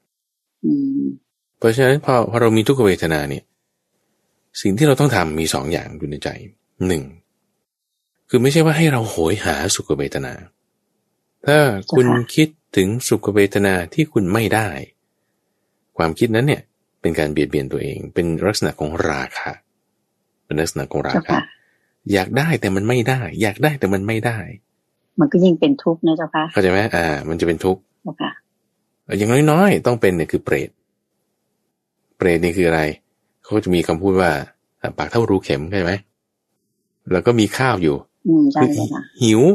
เพราะฉะนั้นพอพอเรามีทุกขเวทนาเนี่ยสิ่งที่เราต้องทำมีสองอย่างอยู่ในใจหนึ่งคือไม่ใช่ว่าให้เราโหยหาสุขเวทนาถ้าคุณคิดถึงสุขเวทนาที่คุณไม่ได้ความคิดนั้นเนี่ยเป็นการเบียดเบียนตัวเองเป็นลักษณะของราคะเป็นลักษณะของราคะอยากได้แต่มันไม่ได้อยากได้แต่มันไม่ได้มันก็ยิ่งเป็นทุกข์นะเจ้าค่ะเข้าใจไหมอ่ามันจะเป็นทุกข์อย่างน้อยๆต้องเป็นเนี่ยคือเปรตเปรตนี่คืออะไรเขาจะมีคำพูดว่าปากเท่ารูเข็มใช่ไหมแล้วก็มีข้าวอยู่คือหิว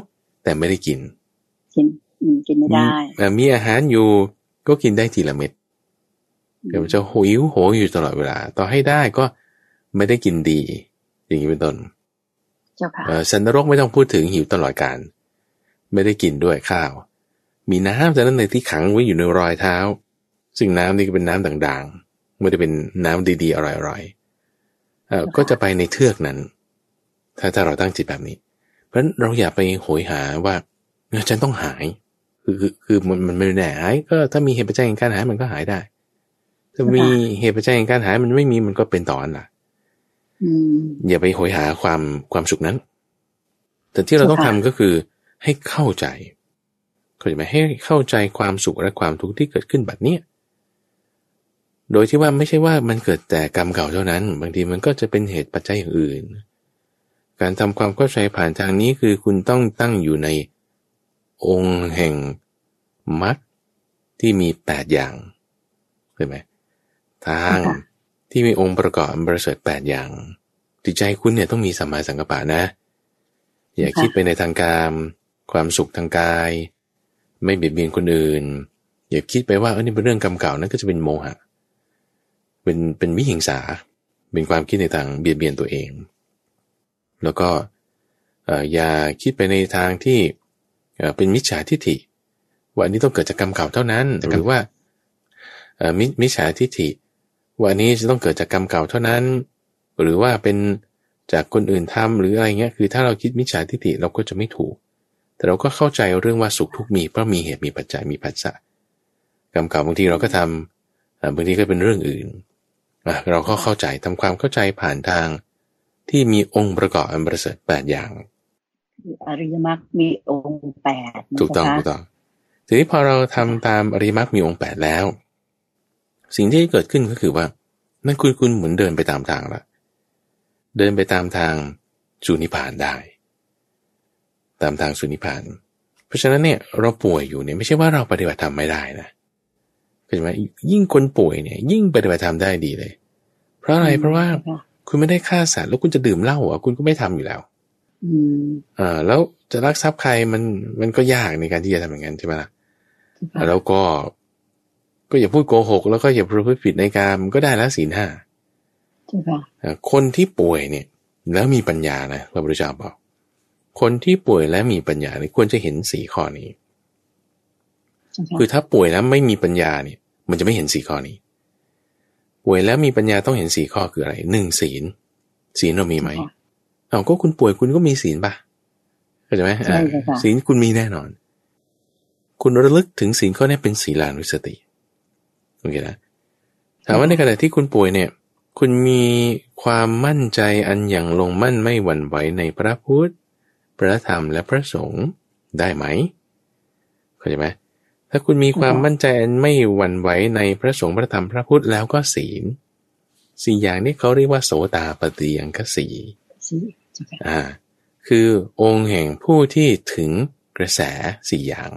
แต่ไม่ได้กินกินกินไม่ได้มีอาหารอยู่ก็กินได้ทีละเม็ดเดี๋ยวมันจะหิวโหยอยู่ตลอดเวลาต่อให้ได้ก็ไม่ได้กินดีอย่างนี้เป็นต้นเจ้าค่ะสันนรกไม่ต้องพูดถึงหิวตลอดกาลไม่ได้กินด้วยข้าวมีน้ำจากนั้นในที่ขังไว้อยู่ในรอยเท้าซึ่งน้ำนี่ก็เป็นน้ำด่างๆไม่ได้เป็นน้ำดีๆอร่อยๆเอ่อก็จะไปในเทือกนั้นถ้าถ้าเราตั้งจิตแบบนี้เพราะฉะนั้นเราอย่าไปโหยหาว่าฉันต้องหายคือคือคือมันมันไม่แน่หายก็ถ้ามีเหตุปัจจัยแห่งการหายมันก็หายได้ถ้ามีเหตุปัจจัยแห่งการหายมันไม่มีมันก็เป็นต่ออันล่ะอย่าไปโหยหาความความสุขนั้นแต่ที่เราต้องทำก็คือให้เข้าใจเข้าใจไหมให้เข้าใจความสุขและความทุกข์ที่เกิดขึ้นแบบนี้โดยที่ว่าไม่ใช่ว่ามันเกิดแต่กรรมเก่าเท่านั้นบางทีมันก็จะเป็นเหตุปัจจัยอย่างอื่นการทำความเข้าใจผ่านทางนี้คือคุณต้องตั้งอยู่ในองค์แห่งมรรคที่มีแปดอย่างเห็นไหมทางที่มีองค์ประกอบประเสริฐแปดอย่างจิตใจคุณเนี่ยต้องมีสัมมาสังกัปปะนะอย่าคิดไปในทางกามความสุขทางกายไม่เบียดเบียนคนอื่นอย่าคิดไปว่าเออนี่เป็นเรื่องกรรมเก่านั่นก็จะเป็นโมหะเป็นเป็นวิหิงสาเป็นความคิดในทางเบียดเบียนตัวเองแล้วก็เอ่ออย่าคิดไปในทางที่เอ่อเป็นมิจฉาทิฏฐิว่าอันนี้ต้องเกิดจากกรรมเก่าเท่านั้นหรือว่าเอ่อมิมิจฉาทิฏฐิว่าอันนี้จะต้องเกิดจากกรรมเก่าเท่านั้นหรือว่าเป็นจากคนอื่นทำหรืออะไรเงี้ยคือถ้าเราคิดมิจฉาทิฏฐิเราก็จะไม่ถูกแต่เราก็เข้าใจเรื่องว่าสุขทุกข์มีเพราะมีเหตุมีปัจจัยมีปัจจัยกรรมเก่าบางทีเราก็ทำบางทีก็เป็นเรื่องอื่นเราก็เข้าใจทำความเข้าใจผ่านทางที่มีองค์ประกอบอันประเสริฐแปดอย่างอริยมรรคมีองค์แปดถูกต้องถูกต้องทีนี้พอเราทำตามอริยมรรคมีองค์แปดแล้วสิ่งที่เกิดขึ้นก็คือว่านั่นคุณคุณเหมือนเดินไปตามทางละเดินไปตามทางสู่นิพพานได้ตามทางสู่นิพพานเพราะฉะนั้นเนี่ยเราป่วยอยู่เนี่ยไม่ใช่ว่าเราปฏิบัติธรรมไม่ได้นะเข้าใจไหมยิ่งคนป่วยเนี่ยยิ่งปฏิบัติธรรมได้ดีเลยเพราะอะไรเพราะว่าคุณไม่ได้ฆ่าสัตว์แล้วคุณจะดื่มเหล้าอ่ะคุณก็ไม่ทำอยู่แล้วอืมอ่าแล้วจะรักทรัพย์ใครมันมันก็ยากในการที่จะทำอย่างนั้นใช่ไหมล่ะแล้วก็ก็อย่าพูดโกหกแล้วก็อย่าประพฤติผิดในกามก็ได้แล้วศีลห้าคนที่ป่วยเนี่ยแล้วมีปัญญานะพระพุทธเจ้าบอกคนที่ป่วยและมีปัญญาเนี่ยควรจะเห็นสี่ข้อนี้คือถ้าป่วยแล้วไม่มีปัญญาเนี่ยมันจะไม่เห็นสี่ข้อนี้ป่วยแล้วมีปัญญาต้องเห็นสี่ข้อคืออะไรหนึ่งศีลศีลเรามีไหมเอาก็คุณป่วยคุณก็มีศีลป่ะเข้าใจไหมศีลคุณมีแน่นอนคุณระลึกถึงศีลข้อนี้เป็นศีลานุสติโอเคนะถามว่าในขณะที่คุณป่วยเนี่ยคุณมีความมั่นใจอันอย่างลงมั่นไม่หวั่นไหวในพระพุทธพระธรรมและพระสงฆ์ได้ไหมเข้าใจไหมถ้าคุณมีความมั่นใจอันไม่หวั่นไหวในพระสงฆ์พระธรรมพระพุทธแล้วก็ศีลสี่อย่างนี้เขาเรียกว่าโสตาปัตติยังคสีอ่าคือองค์แห่งผู้ที่ถึงกระแสสี่อย่าง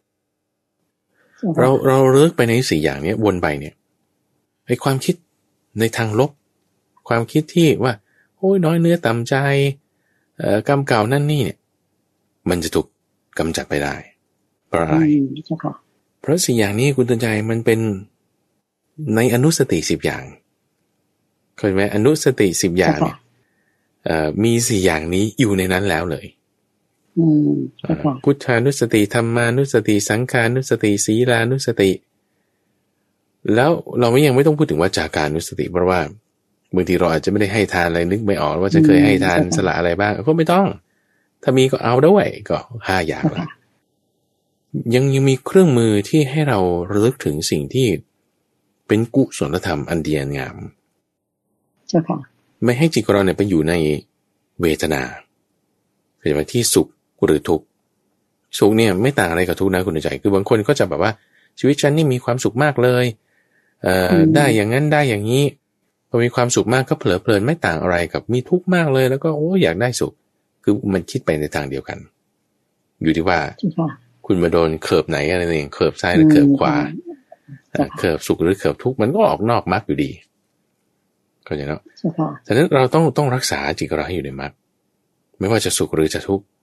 เราเราเลิกไปในสี่อย่างนี้วนไปเนี่ยไอ้ความคิดในทางลบความคิดที่ว่าโอ้ยน้อยเนื้อต่ำใจเอ่อกรรมเก่านั่นนี่เนี่ยมันจะถูกกำจัดไปได้เพราะอะไรเพราะสี่อย่างนี้คุณเตือนใจมันเป็นในอนุสติสิบอย่างเข้าใจไหมอนุสติสิบอย่างเนี่ยเอ่อมีสี่อย่างนี้อยู่ในนั้นแล้วเลยพุทธานุสติธรรมานุสติสังฆานุสติศีลานุสติแล้วเราไม่ยังไม่ต้องพูดถึงวาจากานุสติเพราะว่าบางทีเราอาจจะไม่ได้ให้ทานอะไรนึกไม่ออกว่าจะเคยให้ทานสละอะไรบ้างก็ไม่ต้องถ้ามีก็เอาด้วยก็ห้าอย่างละยังยังมีเครื่องมือที่ให้เราระลึกถึงสิ่งที่เป็นกุศลธรรมอันดีงามเจ้าค่ะไม่ให้จิตเราเนี่ยไปอยู่ในเวทนาหรือว่าที่สุขหรือทุกข์สุขเนี่ยไม่ต่างอะไรกับทุกข์นะคุณใจคือบางคนก็จะแบบว่าชีวิตฉันนี่มีความสุขมากเลยเอ่อได้อย่างนั้นได้อย่างนี้พอมีความสุขมากก็เผลอเพลินไม่ต่างอะไรกับมีทุกข์มากเลยแล้วก็โอ้อยากได้สุขคือมันคิดไปในทางเดียวกันอยู่ที่ว่าคุณมาโดนเขิบไหนอะไรเองเขิบซ้ายหรือเขิบขวาเขิบสุขหรือเขิบทุกข์มันก็ออกนอกมรรคอยู่ดีเข้าใจเนาะฉะนั้นเราต้องต้องรักษาจิตเราให้อยู่ในมรรคไม่ว่าจะสุขหรือจะทุกข์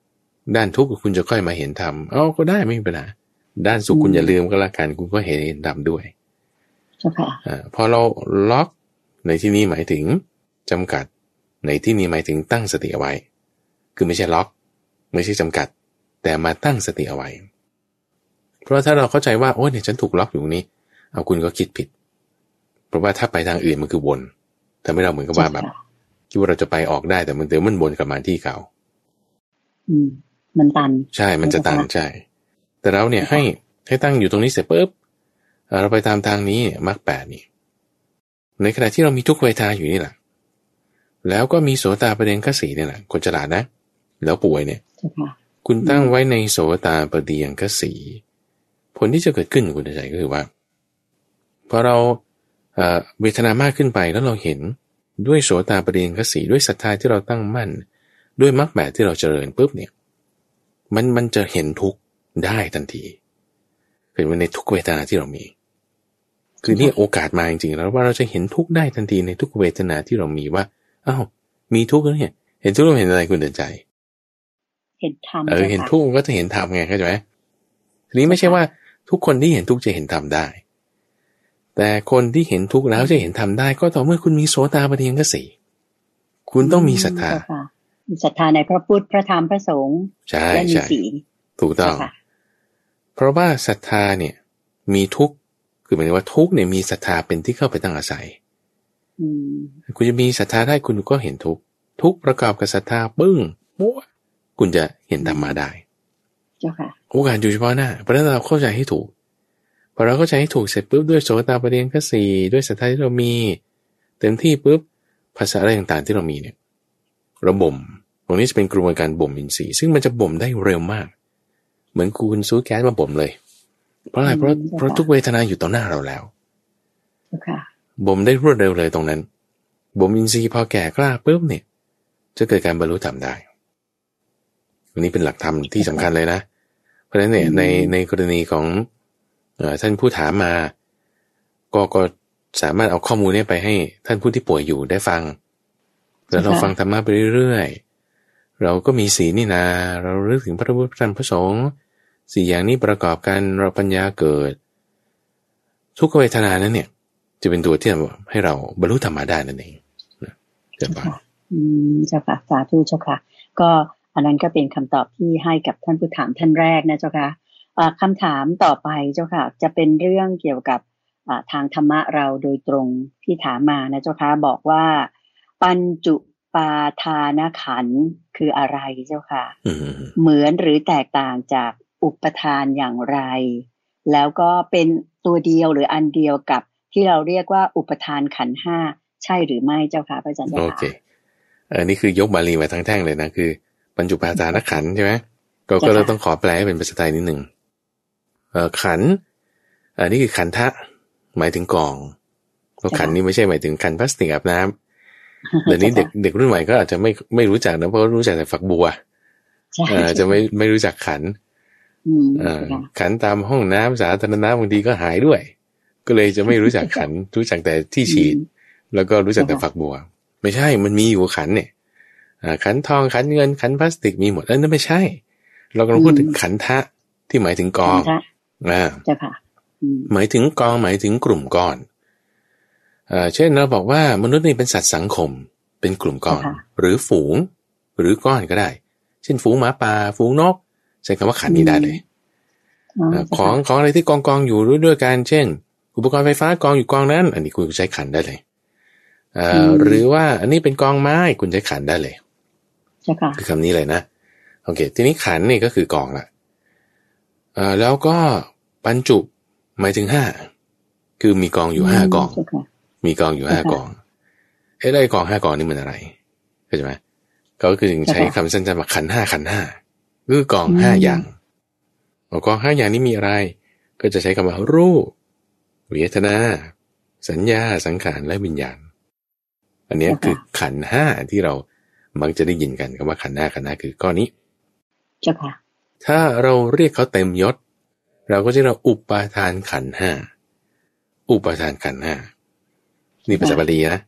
ด้านทุกข์คุณจะค่อยมาเห็นธรรมเอาก็ได้ไม่มีปัญหาด้านสุขคุณอย่าลืมก็แล้วกันคุณก็เห็นเห็นธรรมด้วยเจ้าค่ะอ่าพอเราล็อกในที่นี้หมายถึงจำกัดในที่นี้หมายถึงตั้งสติเอาไว้คือไม่ใช่ล็อกไม่ใช่จำกัดแต่มาตั้งสติเอาไว้เพราะถ้าเราเข้าใจว่าโอ้ยเนี่ยฉันถูกล็อกอยู่นี้เอาคุณก็คิดผิดเพราะว่าถ้าไปทางอื่นมันคือวนทำให้เราเหมือนกับว่าแบบคิดว่าเราจะไปออกได้แต่มันเดี๋ยวมันวนกลับมาที่เก่าอืมมันตันใช่มันจะตันใช่แต่เราเนี่ยให้ให้ตั้งอยู่ตรงนี้เสร็จปุ๊บเราไปตามทางนี้เนี่ยมรรคแปดนี่ในขณะที่เรามีทุกเวทนาอยู่นี่แหละแล้วก็มีโสตาปฏิยังคสีเนี่ยแหละคนฉลาดนะแล้วป่วยเนี่ยคุณตั้งไว้ในโสตาปฏิยังคสีผลที่จะเกิดขึ้นคุณใจก็คือว่าพอเราเวทนามากขึ้นไปแล้วเราเห็นด้วยโสตาปฏิยังคสีด้วยศรัทธาที่เราตั้งมั่นด้วยมรรคแปดที่เราเจริญปุ๊บเนี่ยมันมันจะเห็นทุกข์ได้ทันทีเป็นว่าในทุกเวทนาที่เรามีคือนี่โอกาสมาจริงๆแล้วว่าเราจะเห็นทุกข์ได้ทันทีในทุกเวทนาที่เรามีว่าอ้าวมีทุกข์แล้วเนี่ยเห็นทุกข์แล้วเห็นอะไรคุณเดินใจเห็นธรรมเออเห็นทุกข์ก็จะเห็นธรรมไงเข้าใจไหมทีนี้ไม่ใช่ว่าทุกคนที่เห็นทุกข์จะเห็นธรรมได้แต่คนที่เห็นทุกข์แล้วจะเห็นธรรมได้ก็ต่อเมื่อคุณมีโสตาปฏิยังคสีคุณต้องมีศรัทธามีศรัทธาในพระพุทธพระธรรมพระสงฆ์และมีศีลถูกต้องเพราะว่าศรัทธาเนี่ยมีทุกข์คือหมายถึงว่าทุกข์เนี่ยมีศรัทธาเป็นที่เข้าไปตั้งอาศัยคุณจะมีศรัทธาได้คุณก็เห็นทุกข์ทุกข์ประกอบกับศรัทธาปึ้งปุ๊บคุณจะเห็นธรรมะได้เจ้าค่ะโอกาสอยู่เฉพาะหน้าเพราะฉะนั้นเราเข้าใจให้ถูกพอเราเข้าใจให้ถูกเสร็จปุ๊บด้วยโสตาปฏิยังคสีด้วยศรัทธาที่เรามีเต็มที่ปุ๊บภาษาอะไรต่างๆที่เรามีเนี่ยระบ่มตรงนี้จะเป็นกระบวนการบ่มอินทรีย์ซึ่งมันจะบ่มได้เร็วมากเหมือนคุณซื้อแก๊สมาบ่มเลยเพราะอะไรเพราะเพราะทุกเวทนาอยู่ต่อหน้าเราแล้วบ่มได้รวดเร็วเลยตรงนั้นบ่มอินทรีย์พอแก่กล้าปุ๊บเนี่ยจะเกิดการบรรลุธรรมได้อันนี้เป็นหลักธรรมที่สำคัญเลยนะเพราะฉะนั้นเนี่ยในในกรณีของท่านผู้ถามมาก็ก็สามารถเอาข้อมูลนี้ไปให้ท่านผู้ที่ป่วยอยู่ได้ฟังแล้วเราฟังธรรมะไปเรื่อยๆเราก็มีศีลนี่นาเราลึกถึงพระพุทธพระธรรมพระสงฆ์สี่อย่างนี้ประกอบกันเราปัญญาเกิดทุกขเวทนานั้นเนี่ยจะเป็นตัวที่ให้เราบรรลุธรรมะได้นั่นเองเจ้าค่ะอืมเจ้าค่ะสาธุเจ้าค่ะก็อันนั้นก็เป็นคำตอบที่ให้กับท่านผู้ถามท่านแรกนะเจ้าค่ะคำถามต่อไปเจ้าค่ะจะเป็นเรื่องเกี่ยวกับทางธรรมะเราโดยตรงที่ถามมานะเจ้าค่ะบอกว่าปัญจุปาทานขันธ์คืออะไรเจ้าค่ะเหมือนหรือแตกต่างจากอุปทานอย่างไรแล้วก็เป็นตัวเดียวหรืออันเดียวกับที่เราเรียกว่าอุปทานขันธ์ห้าใช่หรือไม่เจ้าค่ะพระอาจารย์โอเคอันนี้คือยกบาลีมาทั้งแท่งเลยนะคือปัญจุปาทานขันธ์ใช่ไหมก็ก็เราต้องขอแปลให้เป็นภาษาไทยนิดหนึ่งขันธ์อันนี้คือขันธะหมายถึงกองเพราะขันนี้ไม่ใช่หมายถึงขันพลาสติกอาบน้ำเดี๋ยวนี้เด็กเด็กรุ่นใหม่ก็อาจจะไม่ไม่รู้จักนะเพราะรู้จักแต่ฝักบัวจะไม่ไม่รู้จักขันขันตามห้องน้ำสาธารณะบางทีก็หายด้วยก็เลยจะไม่รู้จักขันรู้จักแต่ที่ฉีดแล้วก็รู้จักแต่ฝักบัวไม่ใช่มันมีอยู่ขันเนี่ยขันทองขันเงินขันพลาสติกมีหมดเออนั่นไม่ใช่เรากำลังพูดถึงขันทะที่หมายถึงกองอ่าหมายถึงกองหมายถึงกลุ่มก้อนอ่าเช่นเราบอกว่ามนุษย์นี่เป็นสัตว์สังคมเป็นกลุ่มก้อนหรือฝูงหรือก้อนก็ได้เช่นฝูงหมาป่าฝูงนกใช้คำว่าขันนี้ได้เลยของของอะไรที่กองกองอยู่ด้วยกันเช่นอุปกรณ์ไฟฟ้ากองอยู่กองนั้นอันนี้คุณใช้ขันได้เลยอ่าหรือว่าอันนี้เป็นกองไม้คุณใช้ขันได้เลยคือคำนี้เลยนะโอเคทีนี้ขันนี่ก็คือกองละอ่าแล้วก็บรรจุหมายถึงห้าคือมีกองอยู่ห้ากองมีกองอยู่ห้ากองเอ้ได้กองห้ากองนี่มันอะไรเข้าใจไหมก็คือใช้คำสั้นๆว่าขันห้าขันห้าคือกองห้าอย่างกองห้าอย่างนี้มีอะไรก็จะใช้คำว่ารูปเวทนาสัญญาสังขารและวิญญาณอันนี้คือขันห้าที่เรามักจะได้ยินกันคำว่าขันห้าขันห้าคือก้อนนี้เจ้าค่ะถ้าเราเรียกเขาเต็มยศเราก็จะเราอุปาทานขันห้าอุปาทานขันห้านี่ภาษาบาลีนะ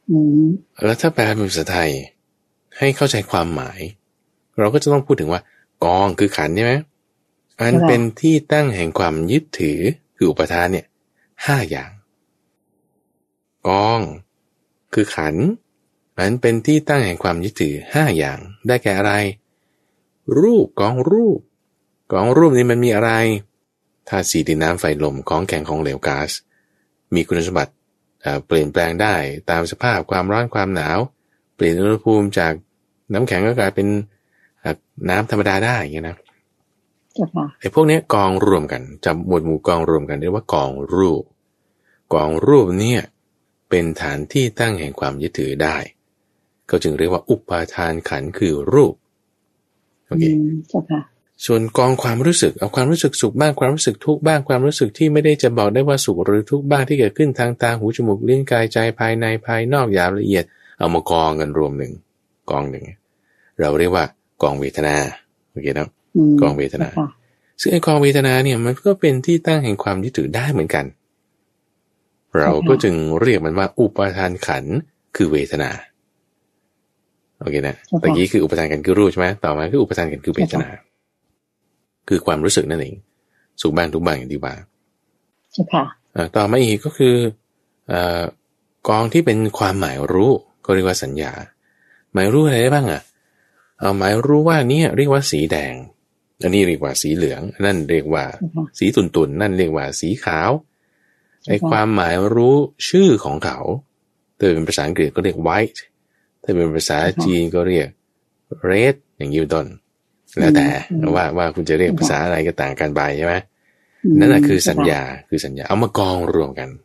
แล้วถ้าแปลเป็นภาษาไทยให้เข้าใจความหมายเราก็จะต้องพูดถึงว่ากองคือขันธ์ใช่ไหมอันเป็นที่ตั้งแห่งความยึดถือคืออุปทานเนี่ยห้าอย่างกองคือขันธ์อันเป็นที่ตั้งแห่งความยึดถือห้าอย่างได้แก่อะไรรูปกองรูปกองรูปนี้มันมีอะไรธาตุสี่ดินน้ำไฟลมของแข็งของเหลวก๊าซมีคุณสมบัติเปลี่ยนแปลงได้ตามสภาพความร้อนความหนาวเปลี่ยนอุณหภูมิจากน้ำแข็งก็กลายเป็นน้ำธรรมดาได้อย่างเงี้ยนะไอ้พวกนี้กองรวมกันจำหมวดหมู่กองรวมกันเรียกว่ากองรูปกองรูปเนี่ยเป็นฐานที่ตั้งแห่งความยึดถือได้ก็จึงเรียกว่าอุปาทานขันธ์คือรูปโอเคส่วนกองความรู้สึกเอาความรู้สึกสุขบ้างความรู้สึกทุกข์บ้างความรู้สึกที่ไม่ได้จะบอกได้ว่าสุขหรือทุกข์บ้างที่เกิดขึ้นทางตาหูจมูกลิ้นกายใจภายในภายนอกหยาบละเอียดเอามากองกันรวมหนึ่งกองหนึ่งเราเรียกว่ากองเวทนาโอเคนะกองเวทนาซึ่งไอ้กองเวทนาเนี่ยมันก็เป็นที่ตั้งแห่งความยึดถือได้เหมือนกันเราก็จึงเรียกมันว่าอุปาทานขันธ์คือเวทนาโอเคนะตะกี้คืออุปทานขันธ์คือรูปใช่ไหมต่อมาคืออุปทานขันธ์คือเวทนาคือความรู้สึกนั่นเองสุขบ้างทุกบ้างอย่างที่ว่าใช่ค่ะต่อมาอีกก็คือกองที่เป็นความหมายรู้ก็เรียกว่าสัญญาหมายรู้อะไรได้บ้างอ่ะเอาหมายรู้ว่านี่เรียกว่าสีแดงอันนี้เรียกว่าสีเหลืองนั่นเรียกว่าสีตุ่นๆนั่นเรียกว่าสีขาวไอ้ความหมายรู้ชื่อของเขาถ้าเป็นภาษาอังกฤษก็เรียก white ถ้าเป็นภาษาจีนก็เรียก red อย่างนี้เป็นต้นแล้วแต่ว่าว่าคุณจะเรียกภาษาอะไรก็ต่างกันไปใช่ไหมนั่นแหละคือสัญญาคือสัญญาเอามากองรวมกัน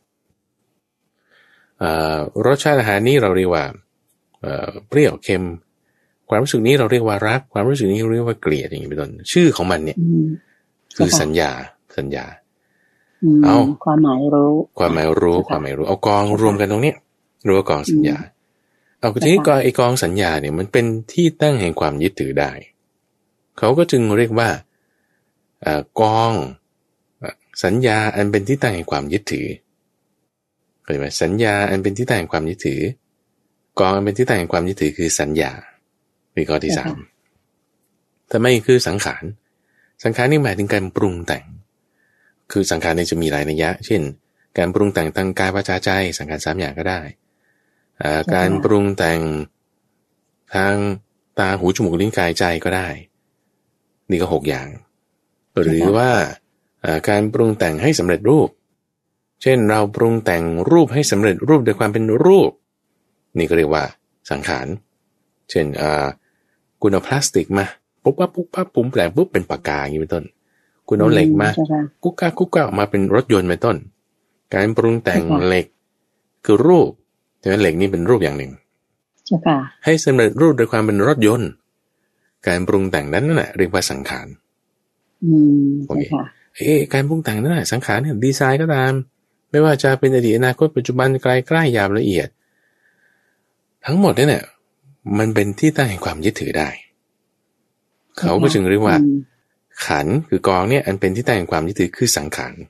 รสชาติอาหารนี้เราเรียกว่าเปรี้ยวเค็มความรู้สึกนี้เราเรียกว่ารักความรู้สึกนี้เรียกว่าเกลียดอย่างนี้เป็นต้นชื่อของมันเนี่ยคือสัญญาสัญญาเอาความหมายรู้ความหมายรู้ความหมายรู้เอากองรวมกันตรงนี้เรียกว่ากองสัญญาเอาทีนี้กองไอกองสัญญาเนี่ยมันเป็นที่ตั้งแห่งความยึดถือได้เขาก็จึงเรียกว่ากองสัญญาอันเป็นที่ตั้งแห่งความยึดถือเข้าใจไหมสัญญาอันเป็นที่ตั้งแห่งความยึดถือกองอันเป็นที่ตั้งแห่งความยึดถือคือสัญญามีข้อที่สามทำไมคือสังขารสังขารนี่หมายถึงการปรุงแต่งคือสังขารเนี่ยจะมีหลายนัยยะเช่นการปรุงแต่งทางกายวาจาใจสังขารสามอย่างก็ได้การปรุงแต่งทางตาหูจมูกลิ้นกายใจก็ได้นี่ก็หกอย่างหรือว่าการปรุงแต่งให้สำเร็จรูปเช่นเราปรุงแต่งรูปให้สำเร็จรูปโดยความเป็นรูปนี่ก็เรียกว่าสังขารเช่นคุณเอาพลาสติกมาปุ๊บปั๊บปุ๊บปั๊บปุ๊บแปลงปุ๊บเป็นปากกาอย่างนี้เป็นต้นคุณเอาเหล็กมากุ๊กก้ากุ๊กก้าออกมาเป็นรถยนต์เป็นต้นการปรุงแต่งเหล็กคือรูปแต่เหล็กนี่เป็นรูปอย่างหนึ่งให้สำเร็จรูปโดยความเป็นรถยนต์การปรุงแต่งนั้นน่ะเรียกว่าสังขารอืมโอเคเอ๊ะการปรุงแต่งนั้นน่ะสังขารเนี่ยดีไซน์ก็ตามไม่ว่าจะเป็นอดีตอนาคตปัจจุบันไกลใกล้หยาบละเอียดทั้งหมดเนี่ยมันเป็นที่ตั้งแห่งความยึดถือได้เขาก็จึงเรียกว่าขันธ์คือกองเนี่ยอันเป็นที่ตั้งแห่งความยึดถือคือสังขาร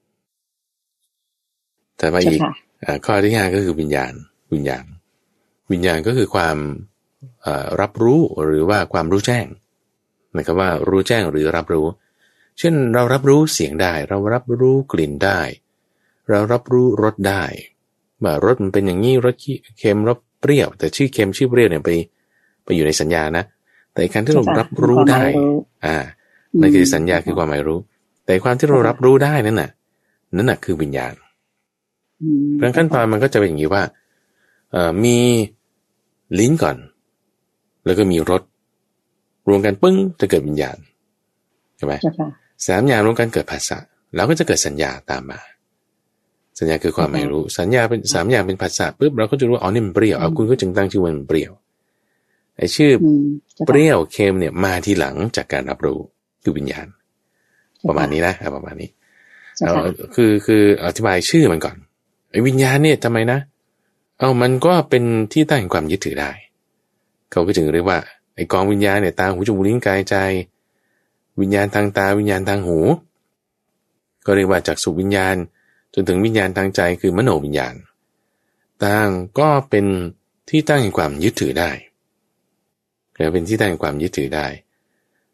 แต่มาอีกข้อที่ห้าก็คือวิญญาณวิญญาณวิญญาณก็คือความรับรู้หรือว่าความรู้แจ้งหมายความว่ารู้แจ้งหรือรับรู้เช่นเรารับรู้เสียงได้เรารับรู้กลิ่นได้เรารับรู้รสได้ว่ารสมันเป็นอย่างนี้รสเค็มรสเปรี้ยวแต่ชื่อเค็มชื่อเปรี้ยวเนี่ยไปไปอยู่ในสัญญานะแต่การที่เรารับรู้ได้อ่านั่นคือสัญญาคือความหมายรู้แต่ความที่เรารับรู้ได้นั่นน่ะนั่นน่ะคือวิญญาณเพราะขั้นตอนมันก็จะเป็นอย่างนี้ว่าเอ่อมีลิ้นก่อนแล้วก็มีรสรวมกันปึ้งจะเกิดวิญญาณใช่ไหมสามอย่างรวมกันเกิดภาษาแล้วก็จะเกิดสัญญาตามมาสัญญาคือความหมายรู้สัญญาเป็นสามอย่างเป็นภาษาปุ๊บเราก็จะรู้อ๋อนี่มันเปรี้ยวเอาคุณก็จึงตั้งชื่อมันเปรี้ยวไอ้ชื่อเปรี้ยวเค็มเนี่ยมาทีหลังจากการรับรู้คือวิญญาณประมาณนี้นะประมาณนี้เอาคือคืออธิบายชื่อมันก่อนไอ้วิญญาณเนี่ยทำไมนะเอามันก็เป็นที่ตั้งแห่งความยึดถือได้เขาก็จึงเรียกว่าไอ้กองวิญญาณเนี่ยตาหูจมูกลิ้นกายใจวิญญาณทางตาวิญญาณทางหูก็เรียกว่าจักษุวิญญาณจนถึงวิญญาณทางใจคือมโนวิญญาณต่างก็เป็นที่ตั้งแห่งความยึดถือได้ก็เป็นที่ตั้งแห่งความยึดถือได้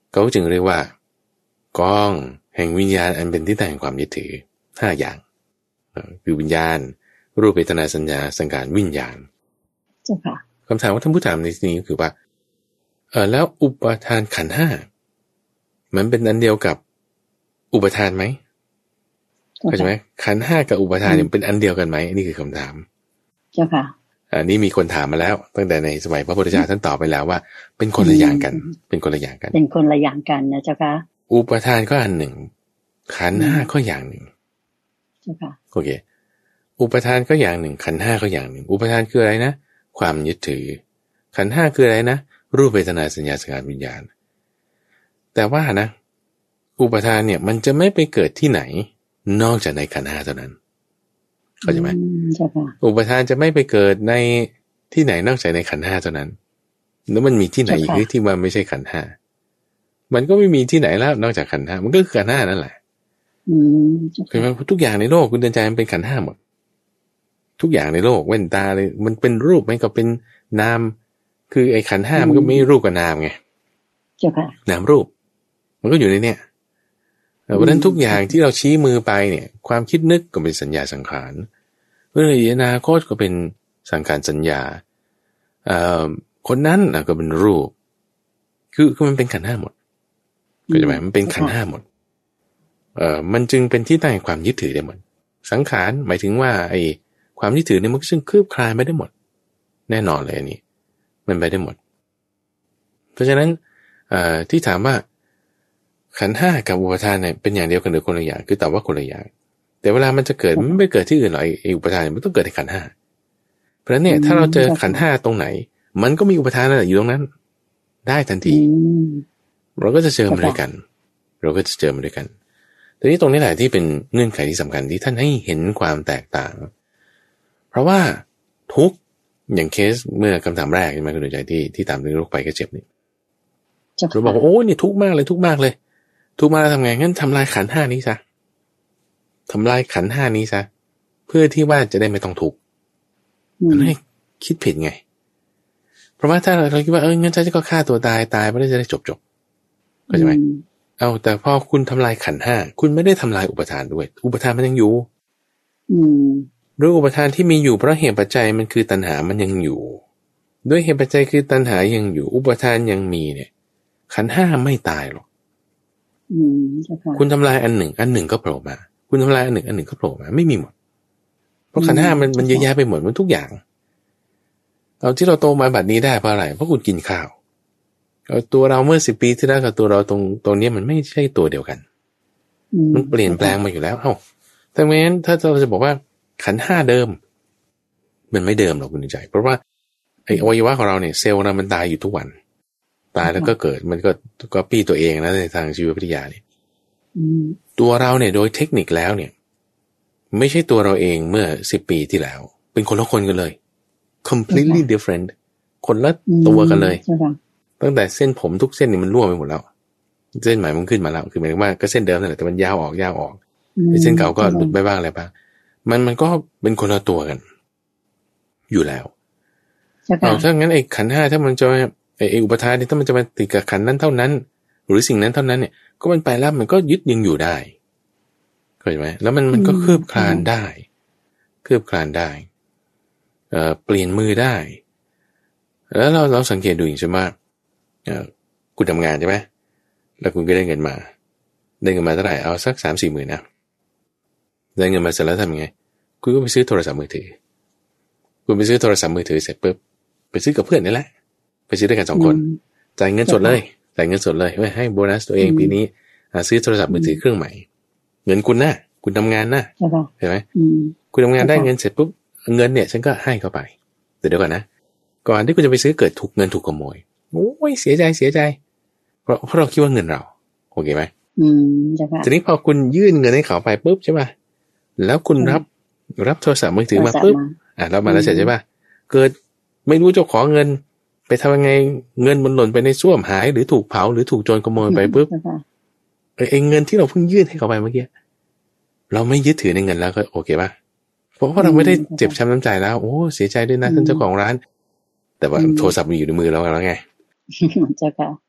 เขาจึงเรียกว่ากองแห่งวิญญาณอันเป็นที่ตั้งแห่งความยึดถือห้าอย่างคือวิญญาณรูปเวทนาสัญญาสังขารวิญญาณเจ้าค่ะคำถามว่าท่านผู้ถามในที่นี้ก็คือว่าเออแล้วอุปทานขันธ์ห้ามันเป็นอันเดียวกับอุปทานไหมเข้าใจไหมขันธ์ห้ากับอุปทานเนี่ยเป็นอันเดียวกันไหมนี่คือคำถามเจ้าค่ะอันนี้มีคนถามมาแล้วตั้งแต่ในสมัยพระพุทธเจ้าท่านตอบไปแล้วว่าเป็นคนละอย่างกันเป็นคนละอย่างกันเป็นคนละอย่างกันนะเจ้าค่ะอุปทานก็อันหนึ่งขันธ์ห้าก็อย่างหนึ่งเจ้าค่ะโอเคอุปทานก็อย่างหนึ่งขันธ์ห้าก็อย่างหนึ่งอุปทานคืออะไรนะความยึดถือขันธ์ห้าคืออะไรนะรูปเวทนาสัญญาสังขารวิญญาณแต่ว่านะอุปทานเนี่ยมันจะไม่ไปเกิดที่ไหนนอกจากในขันธ์ห้าเท่านั้นเข้าใจไหมอุปทานจะไม่ไปเกิดในที่ไหนนอกจากในขันธ์ห้าเท่านั้นแล้วมันมีที่ไหนอีกที่มันไม่ใช่ขันธ์ห้ามันก็ไม่มีที่ไหนแล้วนอกจากขันธ์ห้ามันก็คือขันธ์ห้านั่นแหละเข้าใจไหมทุกอย่างในโลกคุณเดินใจมันเป็นขันธ์ห้าหมดทุกอย่างในโลกแว่นตาเลยมันเป็นรูปมันก็เป็นนามคือไอ้ขันธ์ห้ามันก็ไม่รูปกับนามไงนามรูปมันก็อยู่ในเนี้ยเพราะฉะนั้นทุกอย่างที่เราชี้มือไปเนี่ยความคิดนึกก็เป็นสัญญาสังขารเรื่องอนาคตก็เป็นสังขารสัญญาเอ่อคนนั้นก็เป็นรูปคือคือมันเป็นขันธ์ห้าหมดก็จะหมายมันเป็นขันธ์ห้าหมดเอ่อมันจึงเป็นที่ตั้งแห่งความยึดถือได้หมดสังขารหมายถึงว่าไอ้ความยึดถือเนี่ยมันซึ่งคืบคลายไม่ได้หมดแน่นอนเลยอันนี้มันไปได้หมดเพราะฉะนั้นเอ่อที่ถามว่าขันธ์ห้ากับอุปทานเนี่ยเป็นอย่างเดียวกันหรือคนละอย่างคือตอบว่าคนละอย่างแต่เวลามันจะเกิดมันไม่เกิดที่อื่นหรอกไอ้อุปทานมันต้องเกิดในขันธ์ห้าเพราะฉะนั้นเนี่ยถ้าเราเจอขันธ์ห้าตรงไหนมันก็มีอุปทานนั่นแหละอยู่ตรงนั้นได้ทันทีเราก็จะเจอมันด้วยกันเราก็จะเจอมันด้วยกันทีนี้ตรงนี้แหละที่เป็นเงื่อนไขที่สำคัญที่ท่านให้เห็นความแตกต่างเพราะว่าทุกอย่างเคสเมื่อคำถามแรกใช่ไหมคุณใจที่ที่ตามเรื่องโรคภัยไข้เจ็บนี่เราบอกว่าโอ้นี่ทุกข์มากเลยทุกข์มากเลยทุกข์มากแล้วทำไงงั้นทำลายขันธ์ห้านี้ซะทำลายขันธ์ห้านี้ซะเพื่อที่ว่าจะได้ไม่ต้องทุกข์อันนี้คิดผิดไงเพราะว่าถ้าเราคิดว่าเอองั้นฉันก็ฆ่าตัวตายตายไม่ได้จะได้จบจบเข้าใจไหมเอาแต่พอคุณทำลายขันธ์ห้าคุณไม่ได้ทำลายอุปทานด้วยอุปทานมันยังอยู่ด้วยอุปทานที่มีอยู่เพราะเหตุปัจจัยมันคือตัณหามันยังอยู่ด้วยเหตุปัจจัยคือตัณหายังอยู่อุปทานยังมีเนี่ยขันธ์ห้าไม่ตายหรอกคุณทำลายอันหนึ่งอันหนึ่งก็โผล่มาคุณทำลายอันหนึ่งอันหนึ่งก็โผล่มาไม่มีหมดเพราะขันธ์ห้ามันมันเยอะแยะไปหมดมันทุกอย่างเอาที่เราโตมาบัดนี้ได้เพราะอะไรเพราะคุณกินข้าวเอาตัวเราเมื่อสิบปีที่แล้วกับตัวเราตรงตรงนี้มันไม่ใช่ตัวเดียวกันมันเปลี่ยนแปลงมาอยู่แล้วเอ้าแต่แม้นถ้าเราจะบอกว่าขันธ์ห้าเดิมมันไม่เดิมหรอกคุณใจเพราะว่าไอ้อวัยวะของเราเนี่ยเซลล์เรามันตายอยู่ทุกวันตายแล้วก็เกิดมันก็ก็ปี้ตัวเองนะในทางชีววิทยาเนี่ยตัวเราเนี่ยโดยเทคนิคแล้วเนี่ยไม่ใช่ตัวเราเองเมื่อสิบปีที่แล้วเป็นคนละคนกันเลย completely different คนละตัวกันเลยตั้งแต่เส้นผมทุกเส้นนี่มันร่วงไปหมดแล้วเส้นใหม่มันขึ้นมาแล้วคือหมายถึงว่าก็เส้นเดิมนั่นแหละแต่มันยาวออกยาวออกเส้นเก่าก็หลุดไปบ้างอะไรบ้างมันมันก็เป็นคนละตัวกันอยู่แล้วเอาถ้างั้นไอ้ขันธ์ห้าถ้ามันจะไอ้อุปทานนี่ถ้ามันจะมาติดกับขันธ์นั้นเท่านั้นหรือสิ่งนั้นเท่านั้นเนี่ยก็มันไปแล้วมันก็ยึดยังอยู่ได้เข้าใจไหมแล้วมันมันก็คืบคลานได้คืบคลานได้เอ่อเปลี่ยนมือได้แล้วเราเราสังเกตดูอย่างเช่นว่าเอ่อคุณทำงานใช่ไหมแล้วคุณก็ได้เงินมาได้เงินมาเท่าไหร่เอาสักสามสี่หมื่นนะได้เงินมาเสร็จแล้วทำยังไงคุณก็ไปซื้อโทรศัพท์มือถือคุณไปซื้อโทรศัพท์มือถือเสร็จปุ๊บไปซื้อกับเพื่อนนี่แหละไปซื้อด้วยกันสองคนจ่ายเงินสดเลยจ่ายเงินสดเลยให้โบนัสตัวเองปีนี้ซื้อโทรศัพท์มือถือเครื่องใหม่เงินคุณนะคุณทำงานนะเห็นไหมคุณทำงานได้เงินเสร็จปุ๊บเงินเนี่ยฉันก็ให้เข้าไปแต่เดี๋ยวก่อนนะก่อนที่คุณจะไปซื้อเกิดถูกเงินถูกขโมยโอ้ยเสียใจเสียใจเพราะเพราะเราคิดว่าเงินเราโอเคไหมทีนี้พอคุณยื่นเงินให้เขาไปปุ๊บใช่ป่ะแล้วคุณรับรับโทรศัพท์มือถือมาปุ๊บอ่ะรับมาแล้วเสร็จใช่ป่ะเกิดไม่รู้เจ้าของเงินไปทำยังไงเงินมันหล่นไปในส้วมหายหรือถูกเผาหรือถูกโจรขโมยไปปุ๊บไอ้เงินที่เราเพิ่งยื่นให้เขาไปเมื่อกี้เราไม่ยึดถือในเงินแล้วก็โอเคป่ะเพราะว่าเราไม่ได้เจ็บช้ำน้ำใจแล้วโอ้เสียใจด้วยนะท่านเจ้าของร้านแต่ว่าโทรศัพท์มันอยู่ในมือเราแล้วไงเจ้าค่ะ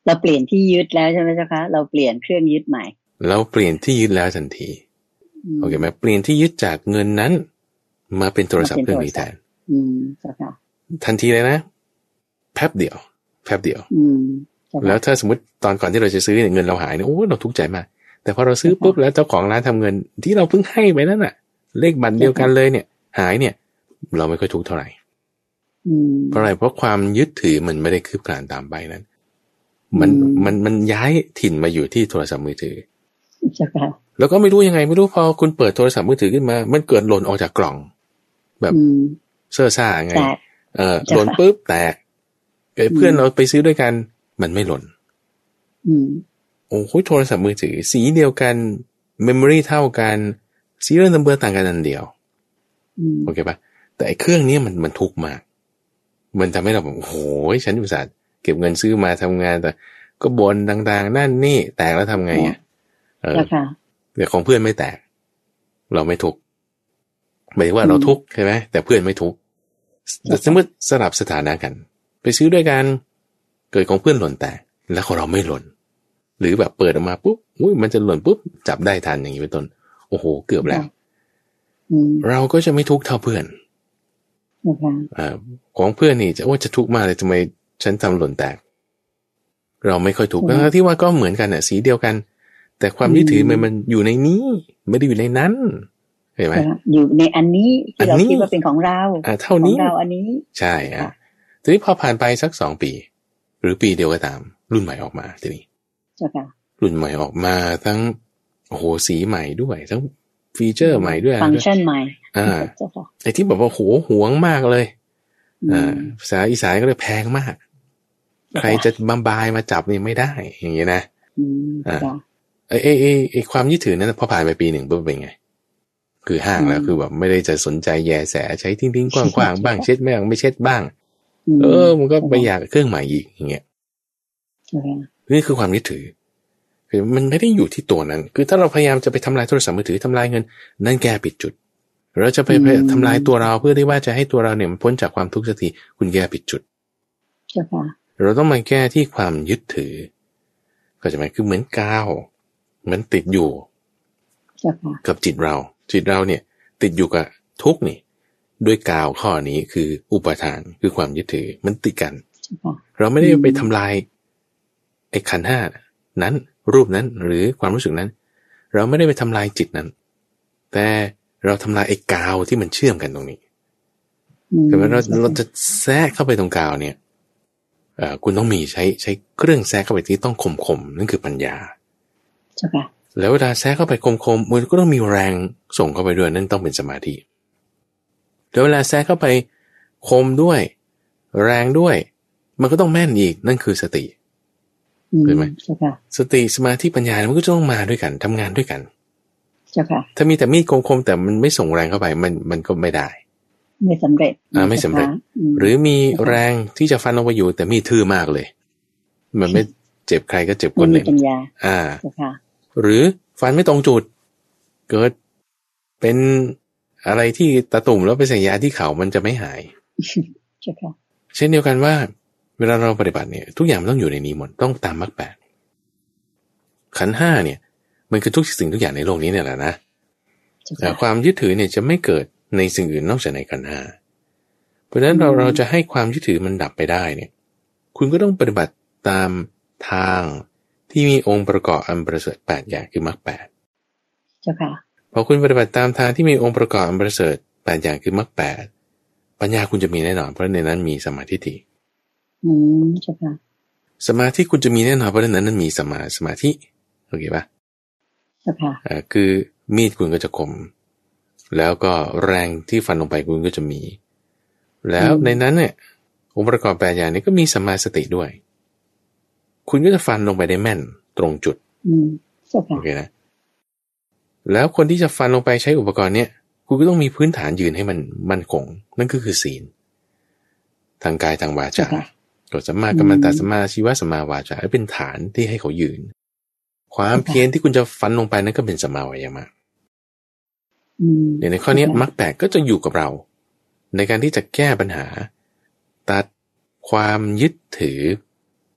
เราเปลี่ยนที่ยึดแล้วใช่ไหมเจ้าคะเราเปลี่ยนเครื่องยึดใหม่เราเปลี่ยนที่ยึดแล้วทันทีโอเคไหมเปลี่ยนที่ยึดจากเงินนั้นมาเป็นโทรศัพท์เครื่องนี้แทนอืมเจ้าค่ะทันทีเลยนะแป๊บเดียวแป๊บเดียวอืมแล้วถ้าสมมติตอนก่อนที่เราจะซื้อเนี่ยเงินเราหายเนี่ยโอ้เราทุกข์ใจมากแต่พอเราซื้อปุ๊บแล้วเจ้าของร้านทำเงินที่เราเพิ่งให้ไปนั่นน่ะเลขบัตรเดียวกันเลยเนี่ยหายเนี่ยเราไม่ค่อยทุกข์เท่าไหร่เพราะอะไรเพราะความยึดถือมันไม่ได้คืบคลานตามไปนั้นมันมันมันย้ายถิ่นมาอยู่ที่โทรศัพท์มือถือแล้วก็ไม่รู้ยังไงไม่รู้พอคุณเปิดโทรศัพท์มือถือขึ้นมามันเกิดหล่นออกจากกล่องแบบเซ่อซ่าไงเออหล่นปุ๊บแตกเพื่อนเราไปซื้อด้วยกันมันไม่หล่นโอ้โหโทรศัพท์มือถือสีเดียวกันเมมโมรีเท่ากันซีเรียลนัมเบอร์ต่างกันอันเดียวโอเคปะแต่ไอ้เครื่องนี้มันมันทุกข์มากมันทำให้เราแบบโอ้โหฉันอุตส่าห์เก็บเงินซื้อมาทำงานแต่ก็บ่นดังๆนั่นนี่แตกแล้วทำไงอ่ะเออแต่ของเพื่อนไม่แตกเราไม่ทุกข์หมายถึงว่าเราทุกข์ใช่ไหมแต่เพื่อนไม่ทุกข์แต่สมมติสลับสถานะกันไปซื้อด้วยกันเกิดของเพื่อนหล่นแตกแล้วของเราไม่หล่นหรือแบบเปิดออกมาปุ๊บอุ้ยมันจะหล่นปุ๊บจับได้ทันอย่างนี้เป็นต้นโอ้โหเกือบแล้วเราก็จะไม่ทุกข์เท่าเพื่อนอ่าของเพื่อนนี่จะว่าจะทุกข์มากเลยทำไมฉันทำหล่นแตกเราไม่ค่อยทุกข์แล้วที่ว่าก็เหมือนกันอ่ะสีเดียวกันแต่ความยึดถือมันมันอยู่ในนี้ไม่ได้อยู่ในนั้นเห็นไหมอยู่ในอันนี้ที่เราคิดว่าเป็นของเราอ่าเท่านี้ของเราอันนี้ใช่อ่ะทีนี้พอผ่านไปสักสองปีหรือปีเดียวก็ตามรุ่นใหม่ออกมาทีนี้รุ่นใหม่ออกมาทั้งโอ้โหสีใหม่ด้วยทั้งฟีเจอร์ใหม่ด้วยฟังก์ชันใหม่อ่าไอ้ที่แบบว่าโหหวงมากเลยอ่าภาษาอีสานก็เลยแพงมากใครจะบำบายมาจับนี่ไม่ได้อย่างเงี้ยนะอ่าไอ้ไอ้ไอ้ไอ้ความยึดถือนั้นพอผ่านไปปีหนึ่งปุ๊บเป็นไงคือห้างแล้วคือแบบไม่ได้จะสนใจแย่แสใช้ทิ้งทิ้งกว้างๆบ้างเช็ดไม่บ้างไม่เช็ดบ้างเออมันก็ไปอยากเครื่องใหม่อีกอย่างเงี้ยนี่คือความยึดถือคือมันไม่ได้อยู่ที่ตัวนั้นคือถ้าเราพยายามจะไปทำลายโทรศัพท์มือถือทำลายเงินนั่นแก้ผิดจุดเราจะไปทำลายตัวเราเพื่อที่ว่าจะให้ตัวเราเนี่ยมันพ้นจากความทุกข์สักทีคุณแก้ผิดจุดเราต้องมาแก้ที่ความยึดถือก็จะหมายคือเหมือนกาวมันติดอยู่กับจิตเราจิตเราเนี่ยติดอยู่กับทุกข์นี่ด้วยกาวข้อนี้คืออุปทานคือความยึดถือมันติดกันเราไม่ได้ไปทำลายไอ้ขันธ์ห้านั้นรูปนั้นหรือความรู้สึกนั้นเราไม่ได้ไปทำลายจิตนั้นแต่เราทำลายไอ้กาวที่มันเชื่อมกันตรงนี้แต่ว่าเราเราจะแทรกเข้าไปตรงกาวเนี่ยเอ่อคุณต้องมีใช้ใช้เครื่องแทรกเข้าไปที่ต้องคมๆนั่นคือปัญญาใช่ค่ะแล้วเวลาแทรกเข้าไปคมๆมันก็ต้องมีแรงส่งเข้าไปด้วยนั่นต้องเป็นสมาธิแล้วเวลาแทรกเข้าไปคมด้วยแรงด้วยมันก็ต้องแม่นอีกนั่นคือสติเห็นไหมใช่ค่ะสติสมาธิปัญญามันก็ต้องมาด้วยกันทำงานด้วยกันใช่ค่ะถ้ามีแต่มีดคมๆแต่มันไม่ส่งแรงเข้าไปมันมันก็ไม่ได้ไม่สำเร็จอ่าไม่สำเร็จหรือมีแรงที่จะฟันลงไปอยู่แต่มีทื่อมากเลยมันไม่เจ็บใครก็เจ็บคนหนึ่งอ่าหรือฟันไม่ตรงจุดเกิดเป็นอะไรที่ตะตุ่มแล้วไปใส่ยาที่เข่ามันจะไม่หายใช่ค่ะเช่นเดียวกันว่าเวลาเราปฏิบัติเนี่ยทุกอย่างมันต้องอยู่ในนี้หมดต้องตามมรรคแปดขันธ์ห้าเนี่ยมันคือทุกสิ่งทุกอย่างในโลกนี้เนี่ยแหละนะแต่ความยึดถือเนี่ยจะไม่เกิดในสิ่งอื่นนอกจากในขันธ์ห้าเพราะฉะนั้นเราเราจะให้ความยึดถือมันดับไปได้เนี่ยคุณก็ต้องปฏิบัติตามทางที่มีองค์ประกอบอันประเสริฐแปดอย่างคือมรรคแปดเจ้าค่ะพอคุณปฏิบัติตามทางที่มีองค์ประกอบอันประเสริฐแปดอย่างคือมรรคแปดปัญญาคุณจะมีแน่นอนเพราะในนั้นมีสมาธิฏฐิอืมเจ้าค่ะสมาธิคุณจะมีแน่นอนเพราะในนั้นนั้นมีสมาสมาธิโอเคป่ะเจ้าค่ะอ่าคือมีดคุณก็จะคมแล้วก็แรงที่ฟันลงไปคุณก็จะมีแล้วในนั้นเนี่ยองค์ประกอบแปดอย่างนี้ก็มีสัมมาสติด้วยคุณก็จะฟันลงไปได้แม่นตรงจุดโอเคนะแล้วคนที่จะฟันลงไปใช้อุปกรณ์เนี่ยคุณก็ต้องมีพื้นฐานยืนให้มันมั่นคงนั่นก็คือศีลทางกายทางวาจาก็สัมมากัมมันตสัมมาอาชีวะสัมมาวาจาเป็นฐานที่ให้เขายืนความเพียรที่คุณจะฟันลงไปนั้นก็เป็นสัมมาวายามะในข้อนี้มรรคแปดก็จะอยู่กับเราในการที่จะแก้ปัญหาตัดความยึดถือ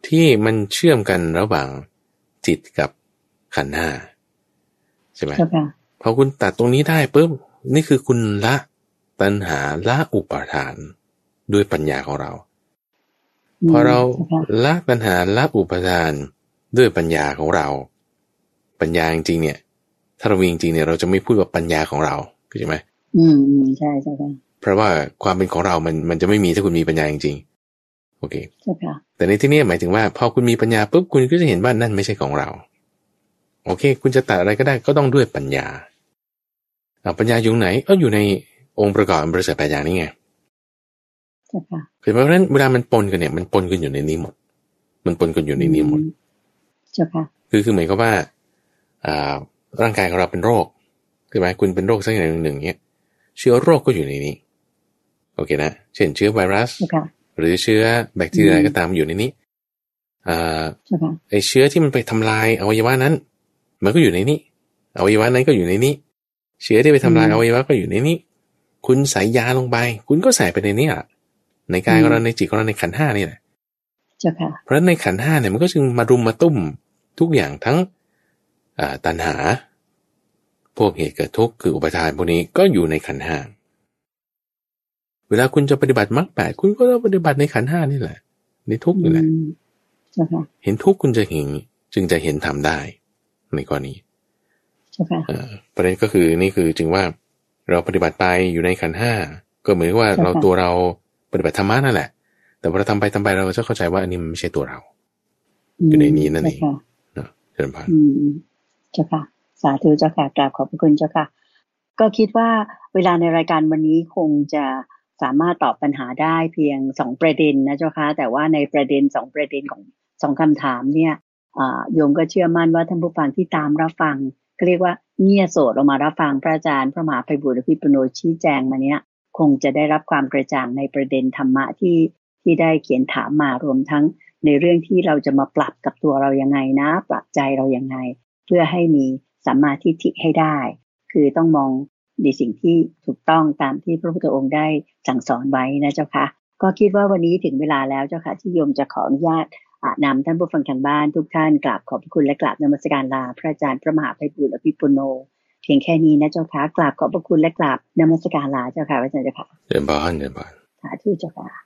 ที่มันเชื่อมกันระหว่างจิตกับขันธ์ห้าใช่ไหมพอคุณตัดตรงนี้ได้ปุ๊บนี่คือคุณละตัณหาละอุปาทานด้วยปัญญาของเราพอเราละตัณหาละอุปาทานด้วยปัญญาของเราปัญญาจริงๆเนี่ยถ้าเราจริงๆเนี่ยเราจะไม่พูดว่าปัญญาของเราใช่ไหมอืมใช่ใช่ค่ะเพราะว่าความเป็นของเรามันมันจะไม่มีถ้าคุณมีปัญญาจริงๆโอเคใช่ค่ะแต่ในที่นี้หมายถึงว่าพอคุณมีปัญญาปุ๊บคุณก็จะเห็นว่านั่นไม่ใช่ของเราโอเคคุณจะตัดอะไรก็ได้ก็ต้องด้วยปัญญาเอาปัญญาอยู่ไหนก็อยู่ในองค์ประกอบประเสริฐแปดอย่างนี้ไงใช่ค่ะคือเพราะฉะนั้นเวลามันปนกันเนี่ยมันปนกันอยู่ในนี้หมดมันปนกันอยู่ในนี้หมดใช่ค่ะคือคือหมายความว่าอ่าร่างกายของเราเป็นโรคใช่ไหมคุณเป็นโรคสักอย่างหนึ่งเนี่ยเชื้อโรคก็อยู่ในนี้โอเคนะเช่นเชื้อไวรัสหรือเชื้อแบคทีเรียอะไรก็ตามอยู่ในนี้อ่าไอเชื้อที่มันไปทำลายอวัยวะนั้นมันก็อยู่ในนี้อวัยวะนั้นก็อยู่ในนี้เชื้อที่ไปทำลายอวัยวะก็อยู่ในนี้คุณใส่ยาลงไปคุณก็ใส่ไปในนี้อ่ะในกายของเราในจิตของเราในขันธ์ห้านี่แหละเพราะฉะนั้นในขันธ์ห้าเนี่ยมันก็จึงมารุมมาตุ้มทุกอย่างทั้งอ่าตัณหาพวกเหตุเกิดทุกข์คืออุปาทานพวกนี้ก็อยู่ในขันธ์ห้าเวลาคุณจะปฏิบัติมรรคแปดคุณก็ต้องปฏิบัติในขันธ์ห้านี่แหละในทุกข์นี่แหละเห็นทุกข์คุณจะเห็นจึงจะเห็นธรรมได้ในกรณีประเด็นก็คือนี่คือจึงว่าเราปฏิบัติไปอยู่ในขันธ์ห้าก็เหมือนว่าเราตัวเราปฏิบัติธรรมะนั่นแหละแต่พอเราทำไปทำไปเราจะเข้าใจว่าอันนี้มันไม่ใช่ตัวเราอยู่ในนี้นั่นเองเนาะเจริญพรเจ้าค่ะสาธุเจ้าค่ะกราบขอบพระคุณเจ้าค่ะก็คิดว่าเวลาในรายการวันนี้คงจะสามารถตอบปัญหาได้เพียงสองประเด็นนะเจ้าค่ะแต่ว่าในประเด็นสองประเด็นของสองคำถามเนี่ยโยมก็เชื่อมั่นว่าท่านผู้ฟังที่ตามรับฟังก็เรียกว่าเงี่ยโสดออกมารับฟังพระอาจารย์พระมหาไพบูลย์อภิปุโนชี้แจงมาเนี้ยคงจะได้รับความกระจ่างในประเด็นธรรมะที่ที่ได้เขียนถามมารวมทั้งในเรื่องที่เราจะมาปรับกับตัวเรายังไงนะปรับใจเรายังไงเพื่อให้มีสัมมาทิฏฐิให้ได้คือต้องมองในสิ่งที่ถูกต้องตามที่พระพุทธองค์ได้สั่งสอนไว้นะเจ้าค่ะก็คิดว่าวันนี้ถึงเวลาแล้วเจ้าค่ะที่โยมจะขออนุญาตนำท่านผู้ฟังทางบ้านทุกท่านกราบขอบพระคุณและกราบนมัสการลาพระอาจารย์พระมหาไพบูลย์อภิปุโนเพียงแค่นี้นะเจ้าค่ะกราบขอบพระคุณและกราบนมัสการลาเจ้าค่ะพระอาจารย์เจ้าค่ะเดินบ้านเดินบ้านสาธุเจ้าค่ะ